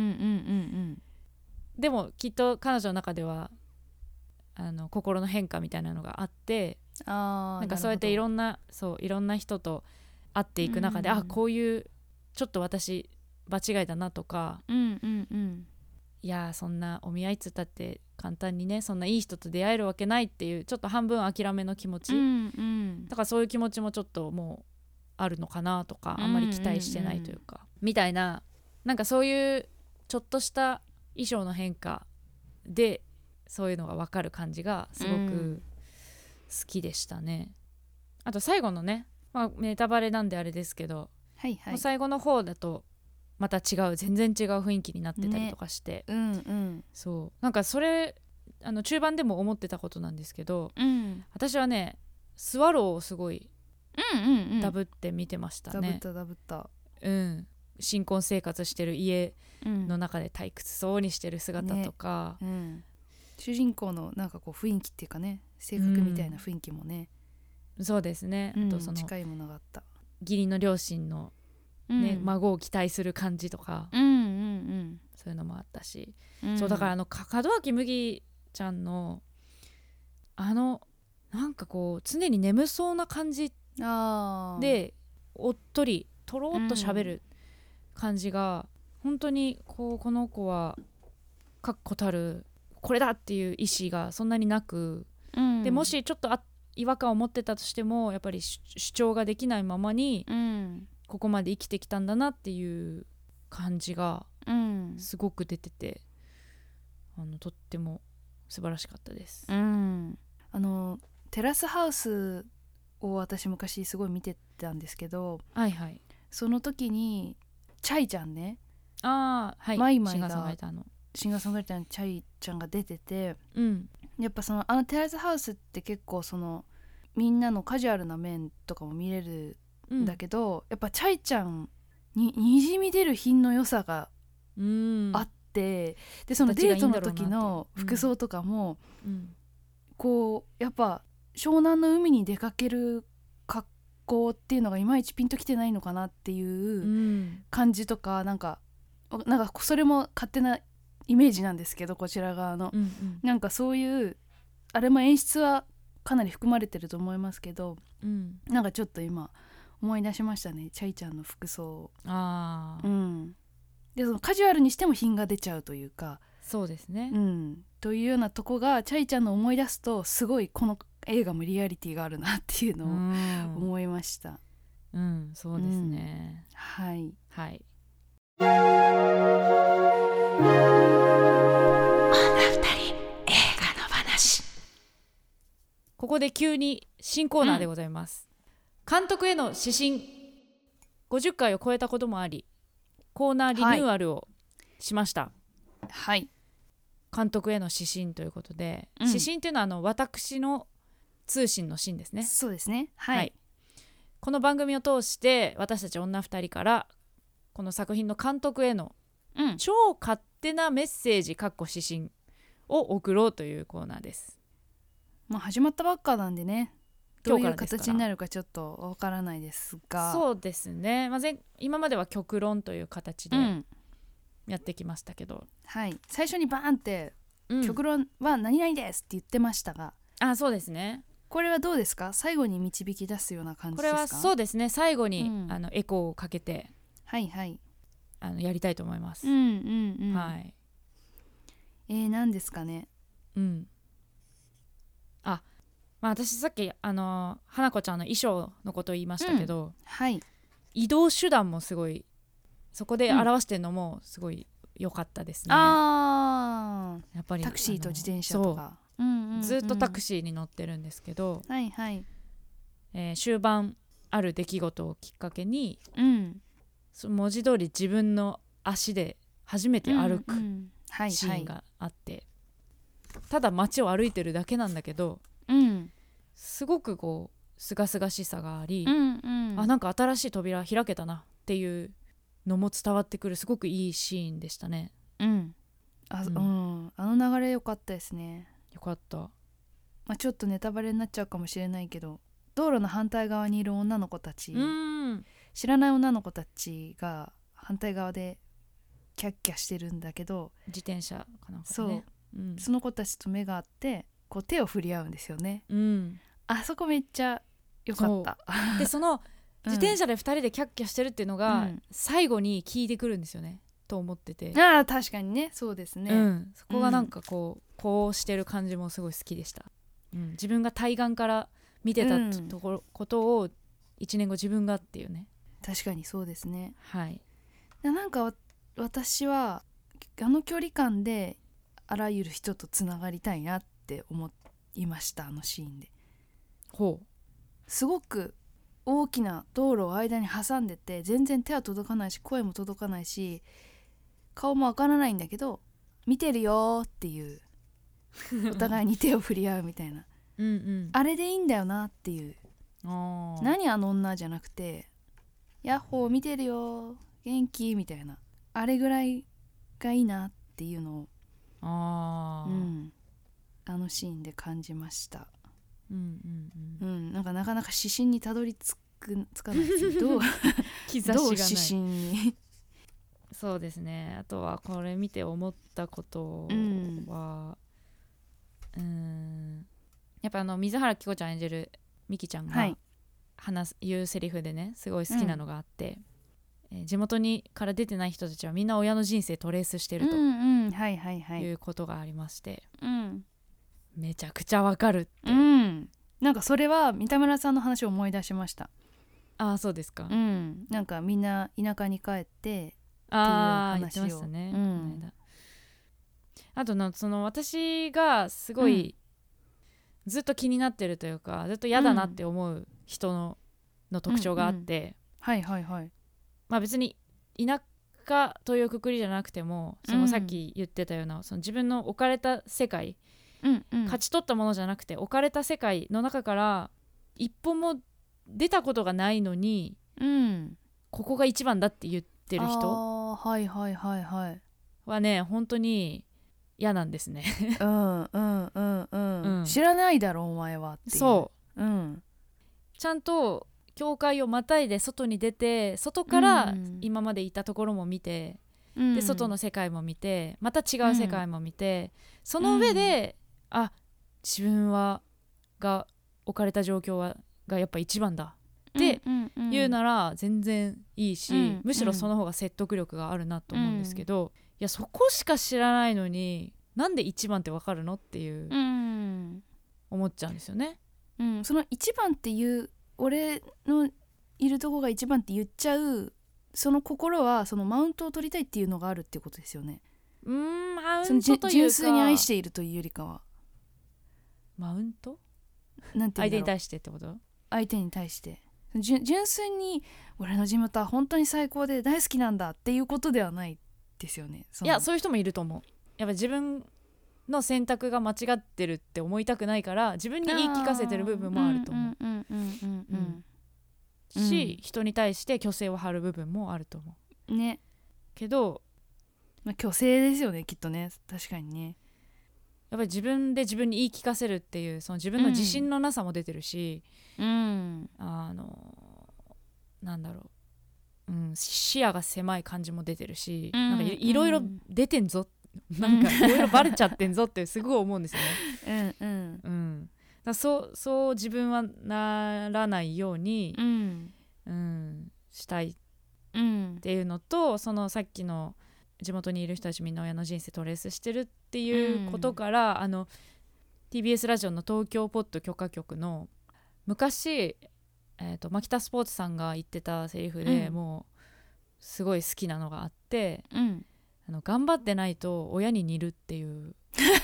でもきっと彼女の中では心の変化みたいなのがあって、なんかそうやっていろんな人と会っていく中で、こういうちょっと私場違いだなとか、いやそんなお見合いっつったって簡単にねそんないい人と出会えるわけないっていうちょっと半分諦めの気持ち、だからそういう気持ちもちょっともうあるのかなとか、あんまり期待してないというか、みたいな、なんかそういうちょっとした衣装の変化でそういうのが分かる感じがすごく好きでしたね。あと最後のね、ネタバレなんであれですけど、最後の方だとまた全然違う雰囲気になってたりとかして、そうなんかそれ中盤でも思ってたことなんですけど、私はねスワローをすごいダブって見てましたね。 ダブった、 新婚生活してる家の中で退屈そうにしてる姿とか、 主人公のなんかこう雰囲気っていうかね、性格みたいな雰囲気もね、 そうですね、あとその近いものがあった。 義理の両親のね、孫を期待する感じとか、そういうのもあったし、そうだから門脇麦ちゃんのなんかこう常に眠そうな感じでおっとりとろっと喋る感じが、本当にこの子は確固たるこれだっていう意思がそんなになく、でもしちょっと違和感を持ってたとしてもやっぱり主張ができないままにここまで生きてきたんだなっていう感じがすごく出てて、とっても素晴らしかったです。 テラスハウスを私昔すごい見てたんですけど、 はいはい、 その時にチャイちゃんね、 はい、 マイマイシンガーソングがライターのシンガーソングライターのチャイちゃんが出てて、やっぱテラスハウスって結構みんなのカジュアルな面とかも見れるんだけど、やっぱチャイちゃんににじみ出る品の良さがあって、でそのデートの時の服装とかも、こうやっぱ湘南の海に出かける格好っていうのがいまいちピンときてないのかなっていう感じとか、なんかそれも勝手なイメージなんですけど、こちら側の、なんかそういうあれも演出はかなり含まれてると思いますけど、なんかちょっと今思い出しましたね、チャイちゃんの服装。でそのカジュアルにしても品が出ちゃうというか、 そうですね、 というようなとこがチャイちゃんの思い出すとすごいこの映画もリアリティがあるなっていうのを思いました。 そうですね、 はいはい。ここで急に新コーナーでございます、監督への指針。50回を超えたこともありコーナーリニューアルをしました。 はい、 監督への指針ということで、指針というのは私の通信の信ですね。 そうですね、はい、 この番組を通して私たち女2人からこの作品の監督への超勝手なメッセージ指針を送ろうというコーナーです。 始まったばっかなんでね、どういう形になるかちょっとわからないですが、 そうですね、今までは極論という形でやってきましたけど、 はい、最初にバーンって、極論は何々ですって言ってましたが、 そうですね、 これはどうですか、最後に導き出すような感じですか。 これはそうですね、最後に、エコーをかけて、 はいはい、 やりたいと思います。はい。 何ですかね。 私さっき花子ちゃんの衣装のことを言いましたけど、 はい、 移動手段もすごいそこで表してるのもすごい良かったですね。やっぱりタクシーと自転車とか、 ずっとタクシーに乗ってるんですけど、 はいはい、 終盤ある出来事をきっかけに、文字通り自分の足で初めて歩くシーンがあって、ただ街を歩いてるだけなんだけど、すごくこうすがすがしさがあり、なんか新しい扉開けたなっていうのも伝わってくるすごくいいシーンでしたね。 あの流れ良かったですね。 よかった。 ちょっとネタバレになっちゃうかもしれないけど、道路の反対側にいる女の子たち、知らない女の子たちが反対側でキャッキャしてるんだけど、 自転車かなんかでね、 その子たちと目が合ってこう手を振り合うんですよね。あそこめっちゃ良かった。 でその自転車で2人でキャッキャしてるっていうのが、最後に効いてくるんですよねと思ってて、 確かにね、そうですね、 そこがなんかこうしてる感じもすごい好きでした。自分が対岸から見てたことを1年後自分がっていうね。 確かにそうですね。 はい。 なんか私はあの距離感であらゆる人とつながりたいなって思いました。あのシーンで。すごく大きな道路を間に挟んでて、全然手は届かないし声も届かないし顔もわからないんだけど、見てるよっていうお互いに手を振り合うみたいなあれでいいんだよなっていう、何あの女じゃなくて、ヤッホー見てるよ元気みたいな、あれぐらいがいいなっていうのをあのシーンで感じました。なんかなかなか指針にたどり着つかないですね。どう兆しがない。 どう指針にそうですね。あとはこれ見て思ったことは、やっぱ水原希子ちゃん演じる美紀ちゃんが言うセリフでねすごい好きなのがあって、地元から出てない人たちはみんな親の人生トレースしてるということがありまして、めちゃくちゃわかるって、 なんかそれは三田村さんの話を思い出しました。 ああそうですか。 なんかみんな田舎に帰ってっていう話を言ってましたね、あとその私がすごいずっと気になってるというか、ずっと嫌だなって思う人の特徴があって、まあ別に田舎というくくりじゃなくても、そのさっき言ってたようなその自分の置かれた世界、勝ち取ったものじゃなくて置かれた世界の中から一歩も出たことがないのに、ここが一番だって言ってる人はね本当に嫌なんですね。 知らないだろお前はっていう。そう、 ちゃんと境界をまたいで外に出て、外から今までいたところも見て、で外の世界も見て、また違う世界も見て、その上で、自分が置かれた状況がやっぱ一番だって言うなら全然いいし、むしろその方が説得力があるなと思うんですけど、いやそこしか知らないのになんで一番って分かるのっていう、思っちゃうんですよね。 その一番っていう俺のいるとこが一番って言っちゃうその心はそのマウントを取りたいっていうのがあるっていうことですよね。 マウントというか純粋に愛しているというよりかはマウントなんていうんだろう、 相手に対してってこと？ 相手に対して純粋に俺の地元は本当に最高で大好きなんだっていうことではないですよね。 いやそういう人もいると思う。やっぱ自分の選択が間違ってるって思いたくないから自分に言い聞かせてる部分もあると思うし、人に対して虚勢を張る部分もあると思うね。 けど、 虚勢ですよねきっとね。確かにね。 やっぱり自分で自分に言い聞かせるっていうその自分の自信のなさも出てるし、なんだろう、視野が狭い感じも出てるし、なんかいろいろ出てんぞ、なんかいろいろバレちゃってんぞってすごい思うんですよね。だそう自分はならないように、したいっていうのと、そのさっきの地元にいる人たちみんな親の人生トレースしてるっていうことから、TBS ラジオの東京ポッド許可局の昔、マキタスポーツさんが言ってたセリフで、もうすごい好きなのがあって、頑張ってないと親に似るっていう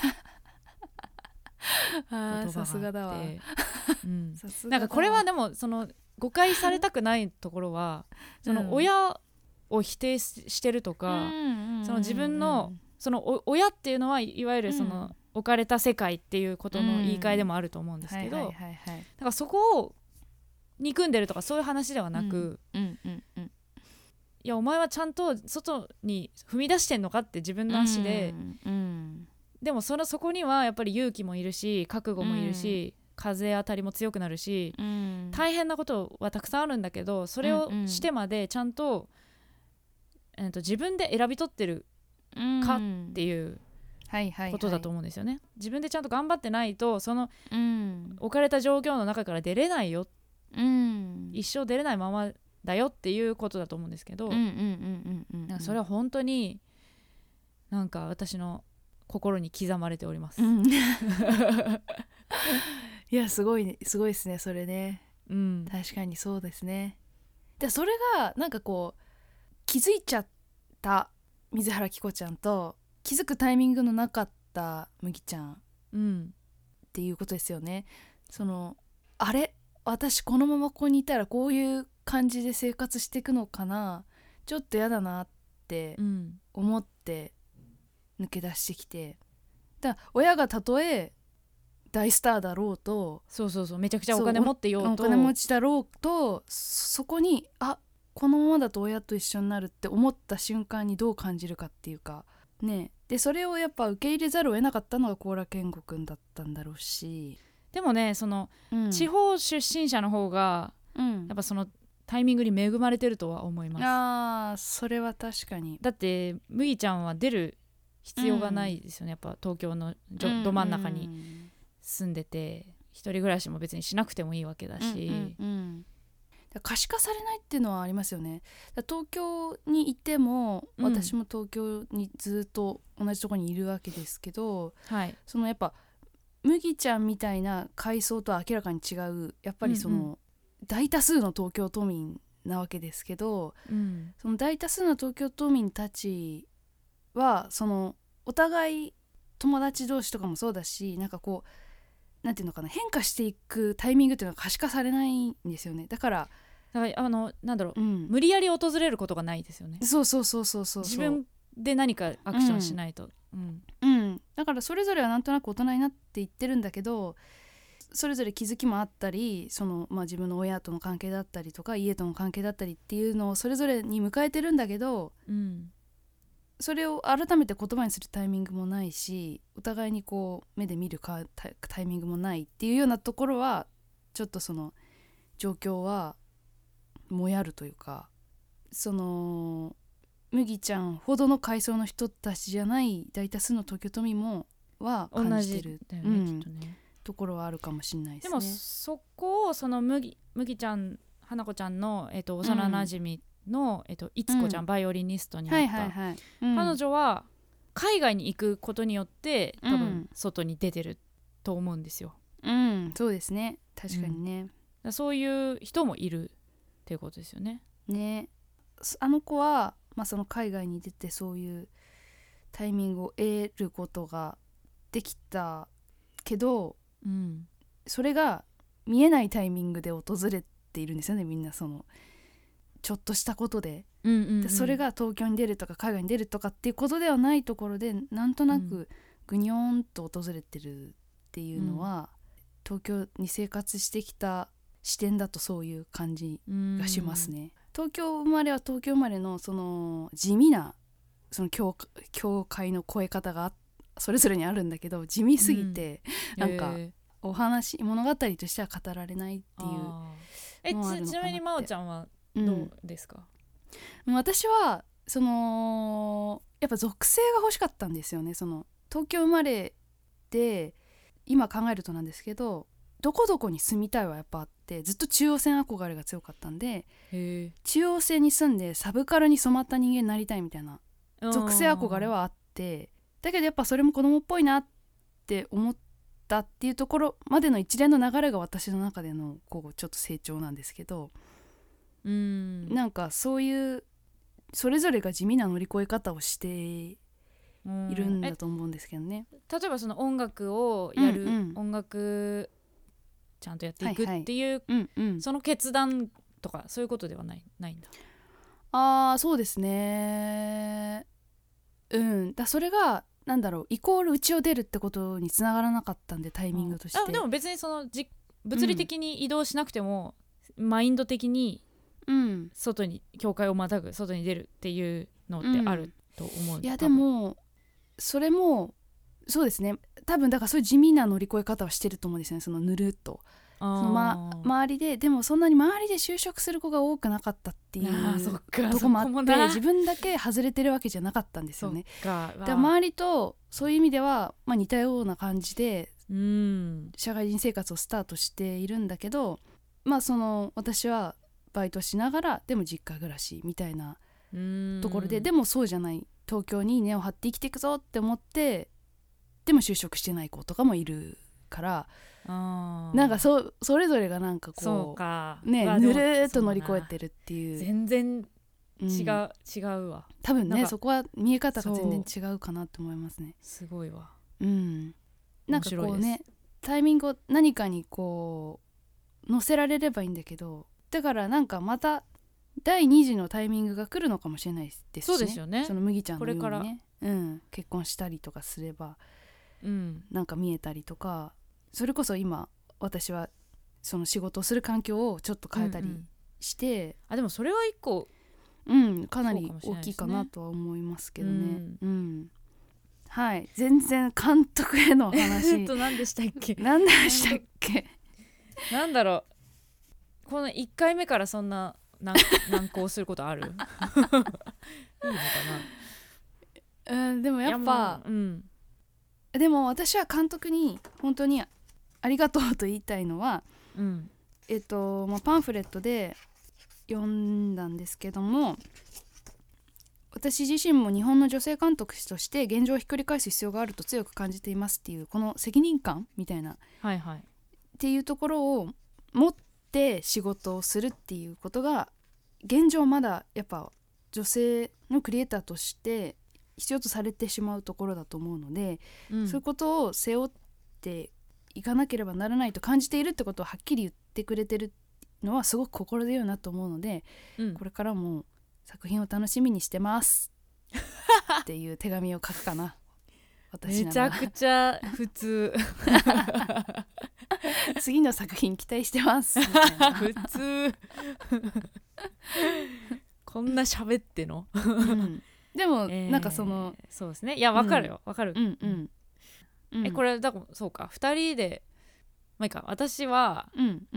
さすがだわ。 なんかこれはでもその誤解されたくないところは、その親を否定してるとか、その自分のその親っていうのはいわゆるその置かれた世界っていうことの言い換えでもあると思うんですけど、だからそこを憎んでるとかそういう話ではなく、いやお前はちゃんと外に踏み出してんのかって自分の足で、でもそこにはやっぱり勇気もいるし覚悟もいるし、風当たりも強くなるし、大変なことはたくさんあるんだけど、それをしてまでちゃんと、自分で選び取ってるかっていうことだと思うんですよね。自分でちゃんと頑張ってないとその、置かれた状況の中から出れないよ、一生出れないままだよっていうことだと思うんですけど、それは本当になんか私の心に刻まれております。 いやすごいですねそれね。確かにそうですね。でそれがなんかこう気づいちゃった水原希子ちゃんと気づくタイミングのなかった麦ちゃん、っていうことですよね。そのあれ私このままここにいたらこういう感じで生活していくのかな、ちょっとやだなって思って抜け出してきて、だから親がたとえ大スターだろうと、 めちゃくちゃお金持ってようと、 お金持ちだろうと、そこにこのままだと親と一緒になるって思った瞬間にどう感じるかっていうかね。でそれをやっぱ受け入れざるを得なかったのが高良健吾くんだったんだろうし、 でもねその、地方出身者の方がやっぱそのタイミングに恵まれてるとは思います。 あー、それは確かに。 だって麦ちゃんは出る必要がないですよね、やっぱ東京のど真ん中に住んでて、一人暮らしも別にしなくてもいいわけだし、 可視化されないっていうのはありますよね。東京にいても、私も東京にずっと同じところにいるわけですけど、そのやっぱ麦ちゃんみたいな階層とは明らかに違う、やっぱりその、大多数の東京都民なわけですけど、その大多数の東京都民たちはそのお互い友達同士とかもそうだし、なんかこうなんていうのかな、変化していくタイミングっていうのは可視化されないんですよね。だからなんだろう、無理やり訪れることがないですよね。 そう自分で何かアクションしないと、 だからそれぞれはなんとなく大人になっていってるんだけど、それぞれ気づきもあったり、その、自分の親との関係だったりとか家との関係だったりっていうのをそれぞれに迎えてるんだけど、それを改めて言葉にするタイミングもないし、お互いにこう目で見るタイミングもないっていうようなところは、ちょっとその状況はもやるというか、その麦ちゃんほどの階層の人たちじゃない大多数の東京都民もは感じてる、 同じだよね、きっとね、 ところはあるかもしれないですね。 でもそこをその麦ちゃん、花子ちゃんの、幼なじみの、いつこちゃん、バイオリニストになった、彼女は海外に行くことによって多分外に出てると思うんですよ。 そうですね、確かにね、 そういう人もいるっていうことですよね。 あの子は、その海外に出てそういうタイミングを得ることができたけど、それが見えないタイミングで訪れているんですよね、みんな。そのちょっとしたことで、でそれが東京に出るとか海外に出るとかっていうことではないところで、なんとなくぐにょーんと訪れてるっていうのは、東京に生活してきた視点だとそういう感じがしますね。東京生まれは東京生まれのその地味なその境界の越え方がそれぞれにあるんだけど、地味すぎて、なんか物語としては語られないっていうのはあるのかなって。 ちなみに真央ちゃんはどうですか？ 私はそのやっぱ属性が欲しかったんですよね。その東京生まれで今考えるとなんですけど、どこどこに住みたいはやっぱあって、ずっと中央線憧れが強かったんで、中央線に住んでサブカルに染まった人間になりたいみたいな属性憧れはあって、だけどやっぱそれも子供っぽいなって思ったっていうところまでの一連の流れが私の中でのこうちょっと成長なんですけど、なんかそういうそれぞれが地味な乗り越え方をしているんだと思うんですけどね。 例えばその音楽をやる、音楽ちゃんとやっていくっていう、その決断とかそういうことではないんだ。 そうですね。それがなんだろう、イコールうちを出るってことにつながらなかったんで、タイミングとして。 でも別にその物理的に移動しなくても、マインド的に外に境界をまたぐ、外に出るっていうのってあると思う。 いやでもそれもそうですね、多分だからそういう地味な乗り越え方はしてると思うんですよね。そのぬるっとその、周りでもそんなに周りで就職する子が多くなかったっていうとこもあって、自分だけ外れてるわけじゃなかったんですよね。だから周りとそういう意味では、似たような感じで社会人生活をスタートしているんだけど、その私はバイトしながらでも実家暮らしみたいなところで、でもそうじゃない東京に根を張って生きていくぞって思ってでも就職してない子とかもいるから、なんかそれぞれがなんかこうね、ぬるーっと乗り越えてるっていう。 全然違うわ。 多分ね、そこは見え方が全然違うかなと思いますね。 すごいわ。 なんかこうね、タイミングを何かにこう乗せられればいいんだけど、だからなんかまた第2次のタイミングが来るのかもしれないですしね。 そうですよね。 その麦ちゃんのようにね、結婚したりとかすれば、なんか見えたりとか、それこそ今私はその仕事をする環境をちょっと変えたりして、 でもそれは一個かなり大きいかなとは思いますけどね。はい、全然監督への話何でしたっけ何でしたっけなんだろう、 この1回目からそんな難航することあるいいのかな。でもやっぱ、でも私は監督に本当にありがとうと言いたいのは、パンフレットで読んだんですけども、私自身も日本の女性監督として現状をひっくり返す必要があると強く感じていますっていう、この責任感みたいな、っていうところを持って仕事をするっていうことが現状まだやっぱ女性のクリエイターとして必要とされてしまうところだと思うので、そういうことを背負っていかなければならないと感じているってことをはっきり言ってくれてるのはすごく心強いなと思うので、これからも作品を楽しみにしてますっていう手紙を書くかな。私めちゃくちゃ普通次の作品期待してます普通こんな喋ってのでもなんかそうですね、いやわかるよ、わかる。これだからそうか、2人でまあいいか、私は、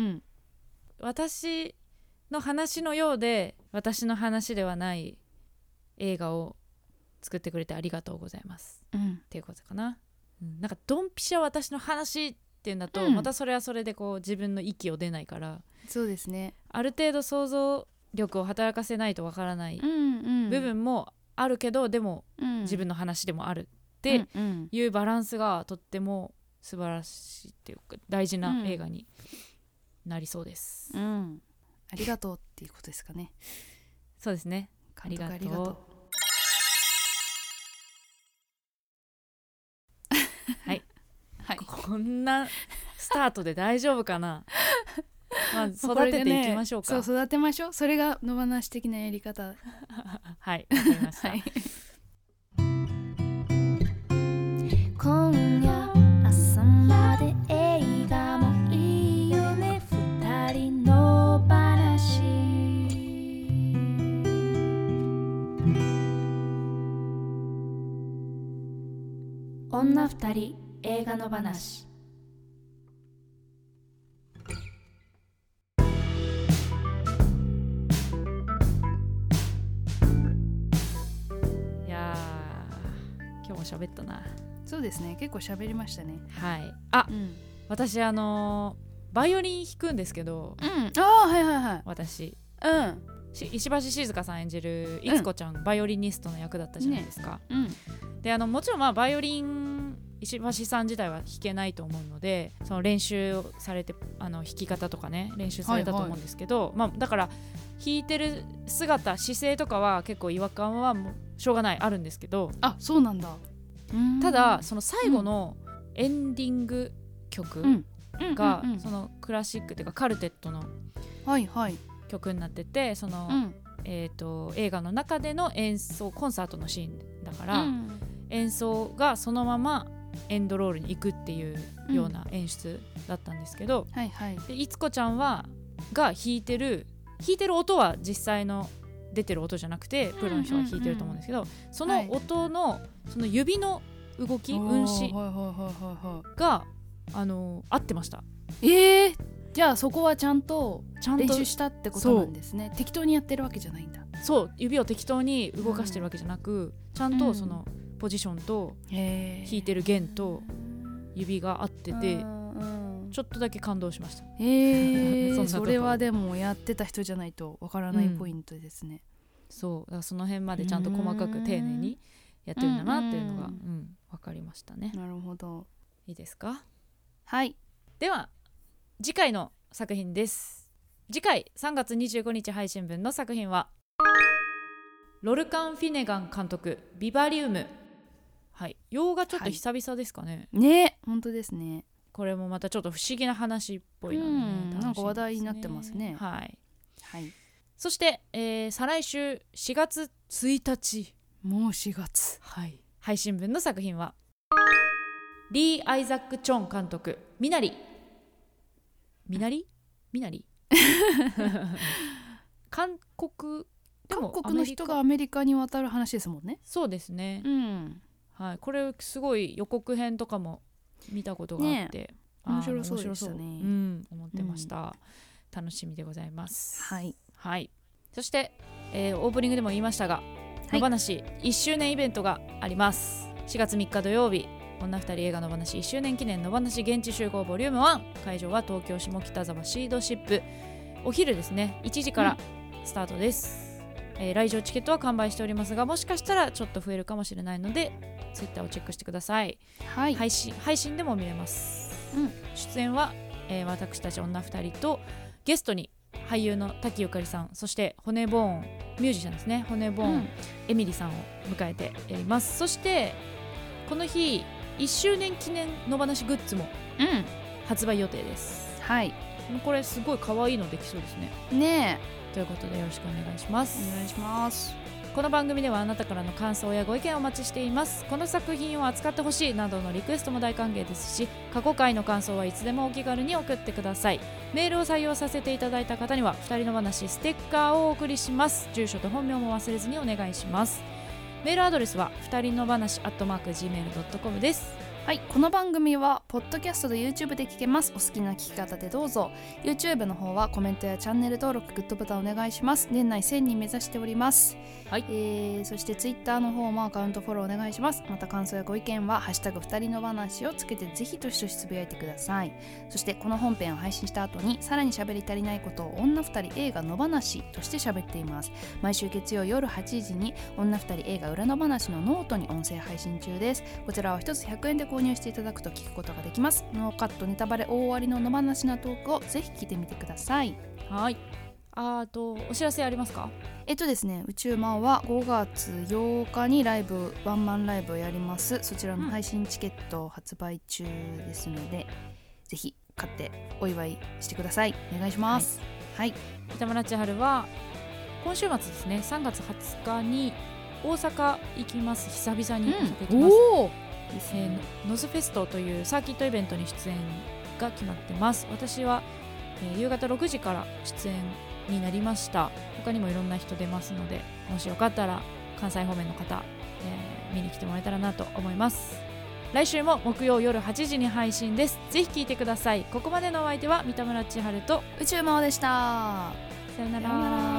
私の話のようで私の話ではない映画を作ってくれてありがとうございます、っていうことかな。なんかドンピシャ私の話っていうんだと、またそれはそれでこう自分の息を出ないから、 そうですね、 ある程度想像力を働かせないとわからない部分もあるけど、でも、自分の話でもあるっていうバランスがとっても素晴らしいっていうか大事な映画になりそうです、 ありがとうっていうことですかね。 そうですね、ありがとうはい、こんなスタートで大丈夫かなまあ育てていきましょうか。 そう育てましょう。それが野放し的なやり方はいわかりました、 今夜朝まで映画もいいよね、二人の話。女二人映画の話。 いや今日も喋ったな。 そうですね、結構喋りましたね。 はい。私バイオリン弾くんですけど、私、石橋静香さん演じるいつこちゃん、バイオリニストの役だったじゃないですか、でもちろんバイオリン石橋さん自体は弾けないと思うので、その練習をされて弾き方とかね練習されたと思うんですけど、だから弾いてる姿姿勢とかは結構違和感はもうしょうがないあるんですけど、 そうなんだ。 ただその最後のエンディング曲がそのクラシックっていうかカルテットの曲になってて、その、映画の中での演奏コンサートのシーンだから、演奏がそのままエンドロールに行くっていうような演出だったんですけど、でいつこちゃんが弾いてる音は実際の出てる音じゃなくてプロの人が弾いてると思うんですけど、その音のその指の動き運指が合ってました。 じゃあそこはちゃんと練習したってことなんですね。適当にやってるわけじゃないんだ。 そう指を適当に動かしてるわけじゃなく、ちゃんとそのポジションと弾いてる弦と指が合ってて、ちょっとだけ感動しました。 それはでもやってた人じゃないとわからないポイントですね。 そうだからその辺までちゃんと細かく丁寧にやってるんだなっていうのが分かりましたね。 なるほど。 いいですか。 はい。 では次回の作品です。次回3月25日配信分の作品はロルカン・フィネガン監督ビバリウム。洋画ちょっと久々ですかね。 ね、本当ですね。 これもまたちょっと不思議な話っぽいので、 なんか話題になってますね。 そして、再来週4月1日、 もう4月、 配信分の作品はリー・アイザック・チョン監督ミナリ韓国の人がアメリカに渡る話ですもんね。 そうですね、これすごい予告編とかも見たことがあって、 面白そうでしたね。 思ってました、 楽しみでございます。 はい、 はい、そして、オープニングでも言いましたが、野放し1周年イベントがあります。4月3日土曜日、女二人映画野放し1周年記念野放し現地集合ボリューム1、会場は東京下北沢シードシップ、お昼ですね、1時からスタートです。来場チケットは完売しておりますが、もしかしたらちょっと増えるかもしれないのでツイッターをチェックしてください。 はい、 配信でも見れます。出演は、私たち女2人とゲストに俳優の滝ゆかりさん、そして骨ボーンミュージシャンですね、骨ボーン、エミリさんを迎えてやります。そしてこの日1周年記念野放しグッズも発売予定です。 はい、 これすごい可愛いのできそうですね。 ねえ、ということでよろしくお願いします。 お願いします。 この番組ではあなたからの感想やご意見をお待ちしています。この作品を扱ってほしいなどのリクエストも大歓迎ですし、過去回の感想はいつでもお気軽に送ってください。メールを採用させていただいた方には2人の話ステッカーをお送りします。住所と本名も忘れずにお願いします。メールアドレスは2人の話@gmail.com です。 はい、この番組はポッドキャストと YouTube で聞けます。お好きな聞き方でどうぞ。 YouTube の方はコメントやチャンネル登録、グッドボタンお願いします。年内1000人目指しております。 はい、 そして Twitter の方もアカウントフォローお願いします。また感想やご意見はハッシュタグ2人の話をつけてぜひとしとしつぶやいてください。そしてこの本編を配信した後にさらに喋り足りないことを女2人映画の話として喋っています。毎週月曜夜8時に女2人映画裏の話のノートに音声配信中です。こちらは1つ100円で購入していただくと聞くことができます。ノーカットネタバレ大ありの野放しなトークをぜひ聞いてみてください。 はい、お知らせありますか？ ですね、宇宙マンは5月8日にワンマンライブをやります。そちらの配信チケット発売中ですので、ぜひ買ってお祝いしてください。お願いします。はい、 三田村千春は今週末ですね、3月20日に大阪行きます。久々に行きます。ノズフェストというサーキットイベントに出演が決まってます。私は、夕方6時から出演になりました。他にもいろんな人出ますので、もしよかったら関西方面の方、見に来てもらえたらなと思います。来週も木曜夜8時に配信です。ぜひ聞いてください。ここまでのお相手は三田村千春と宇宙魔王でした。 さよなら。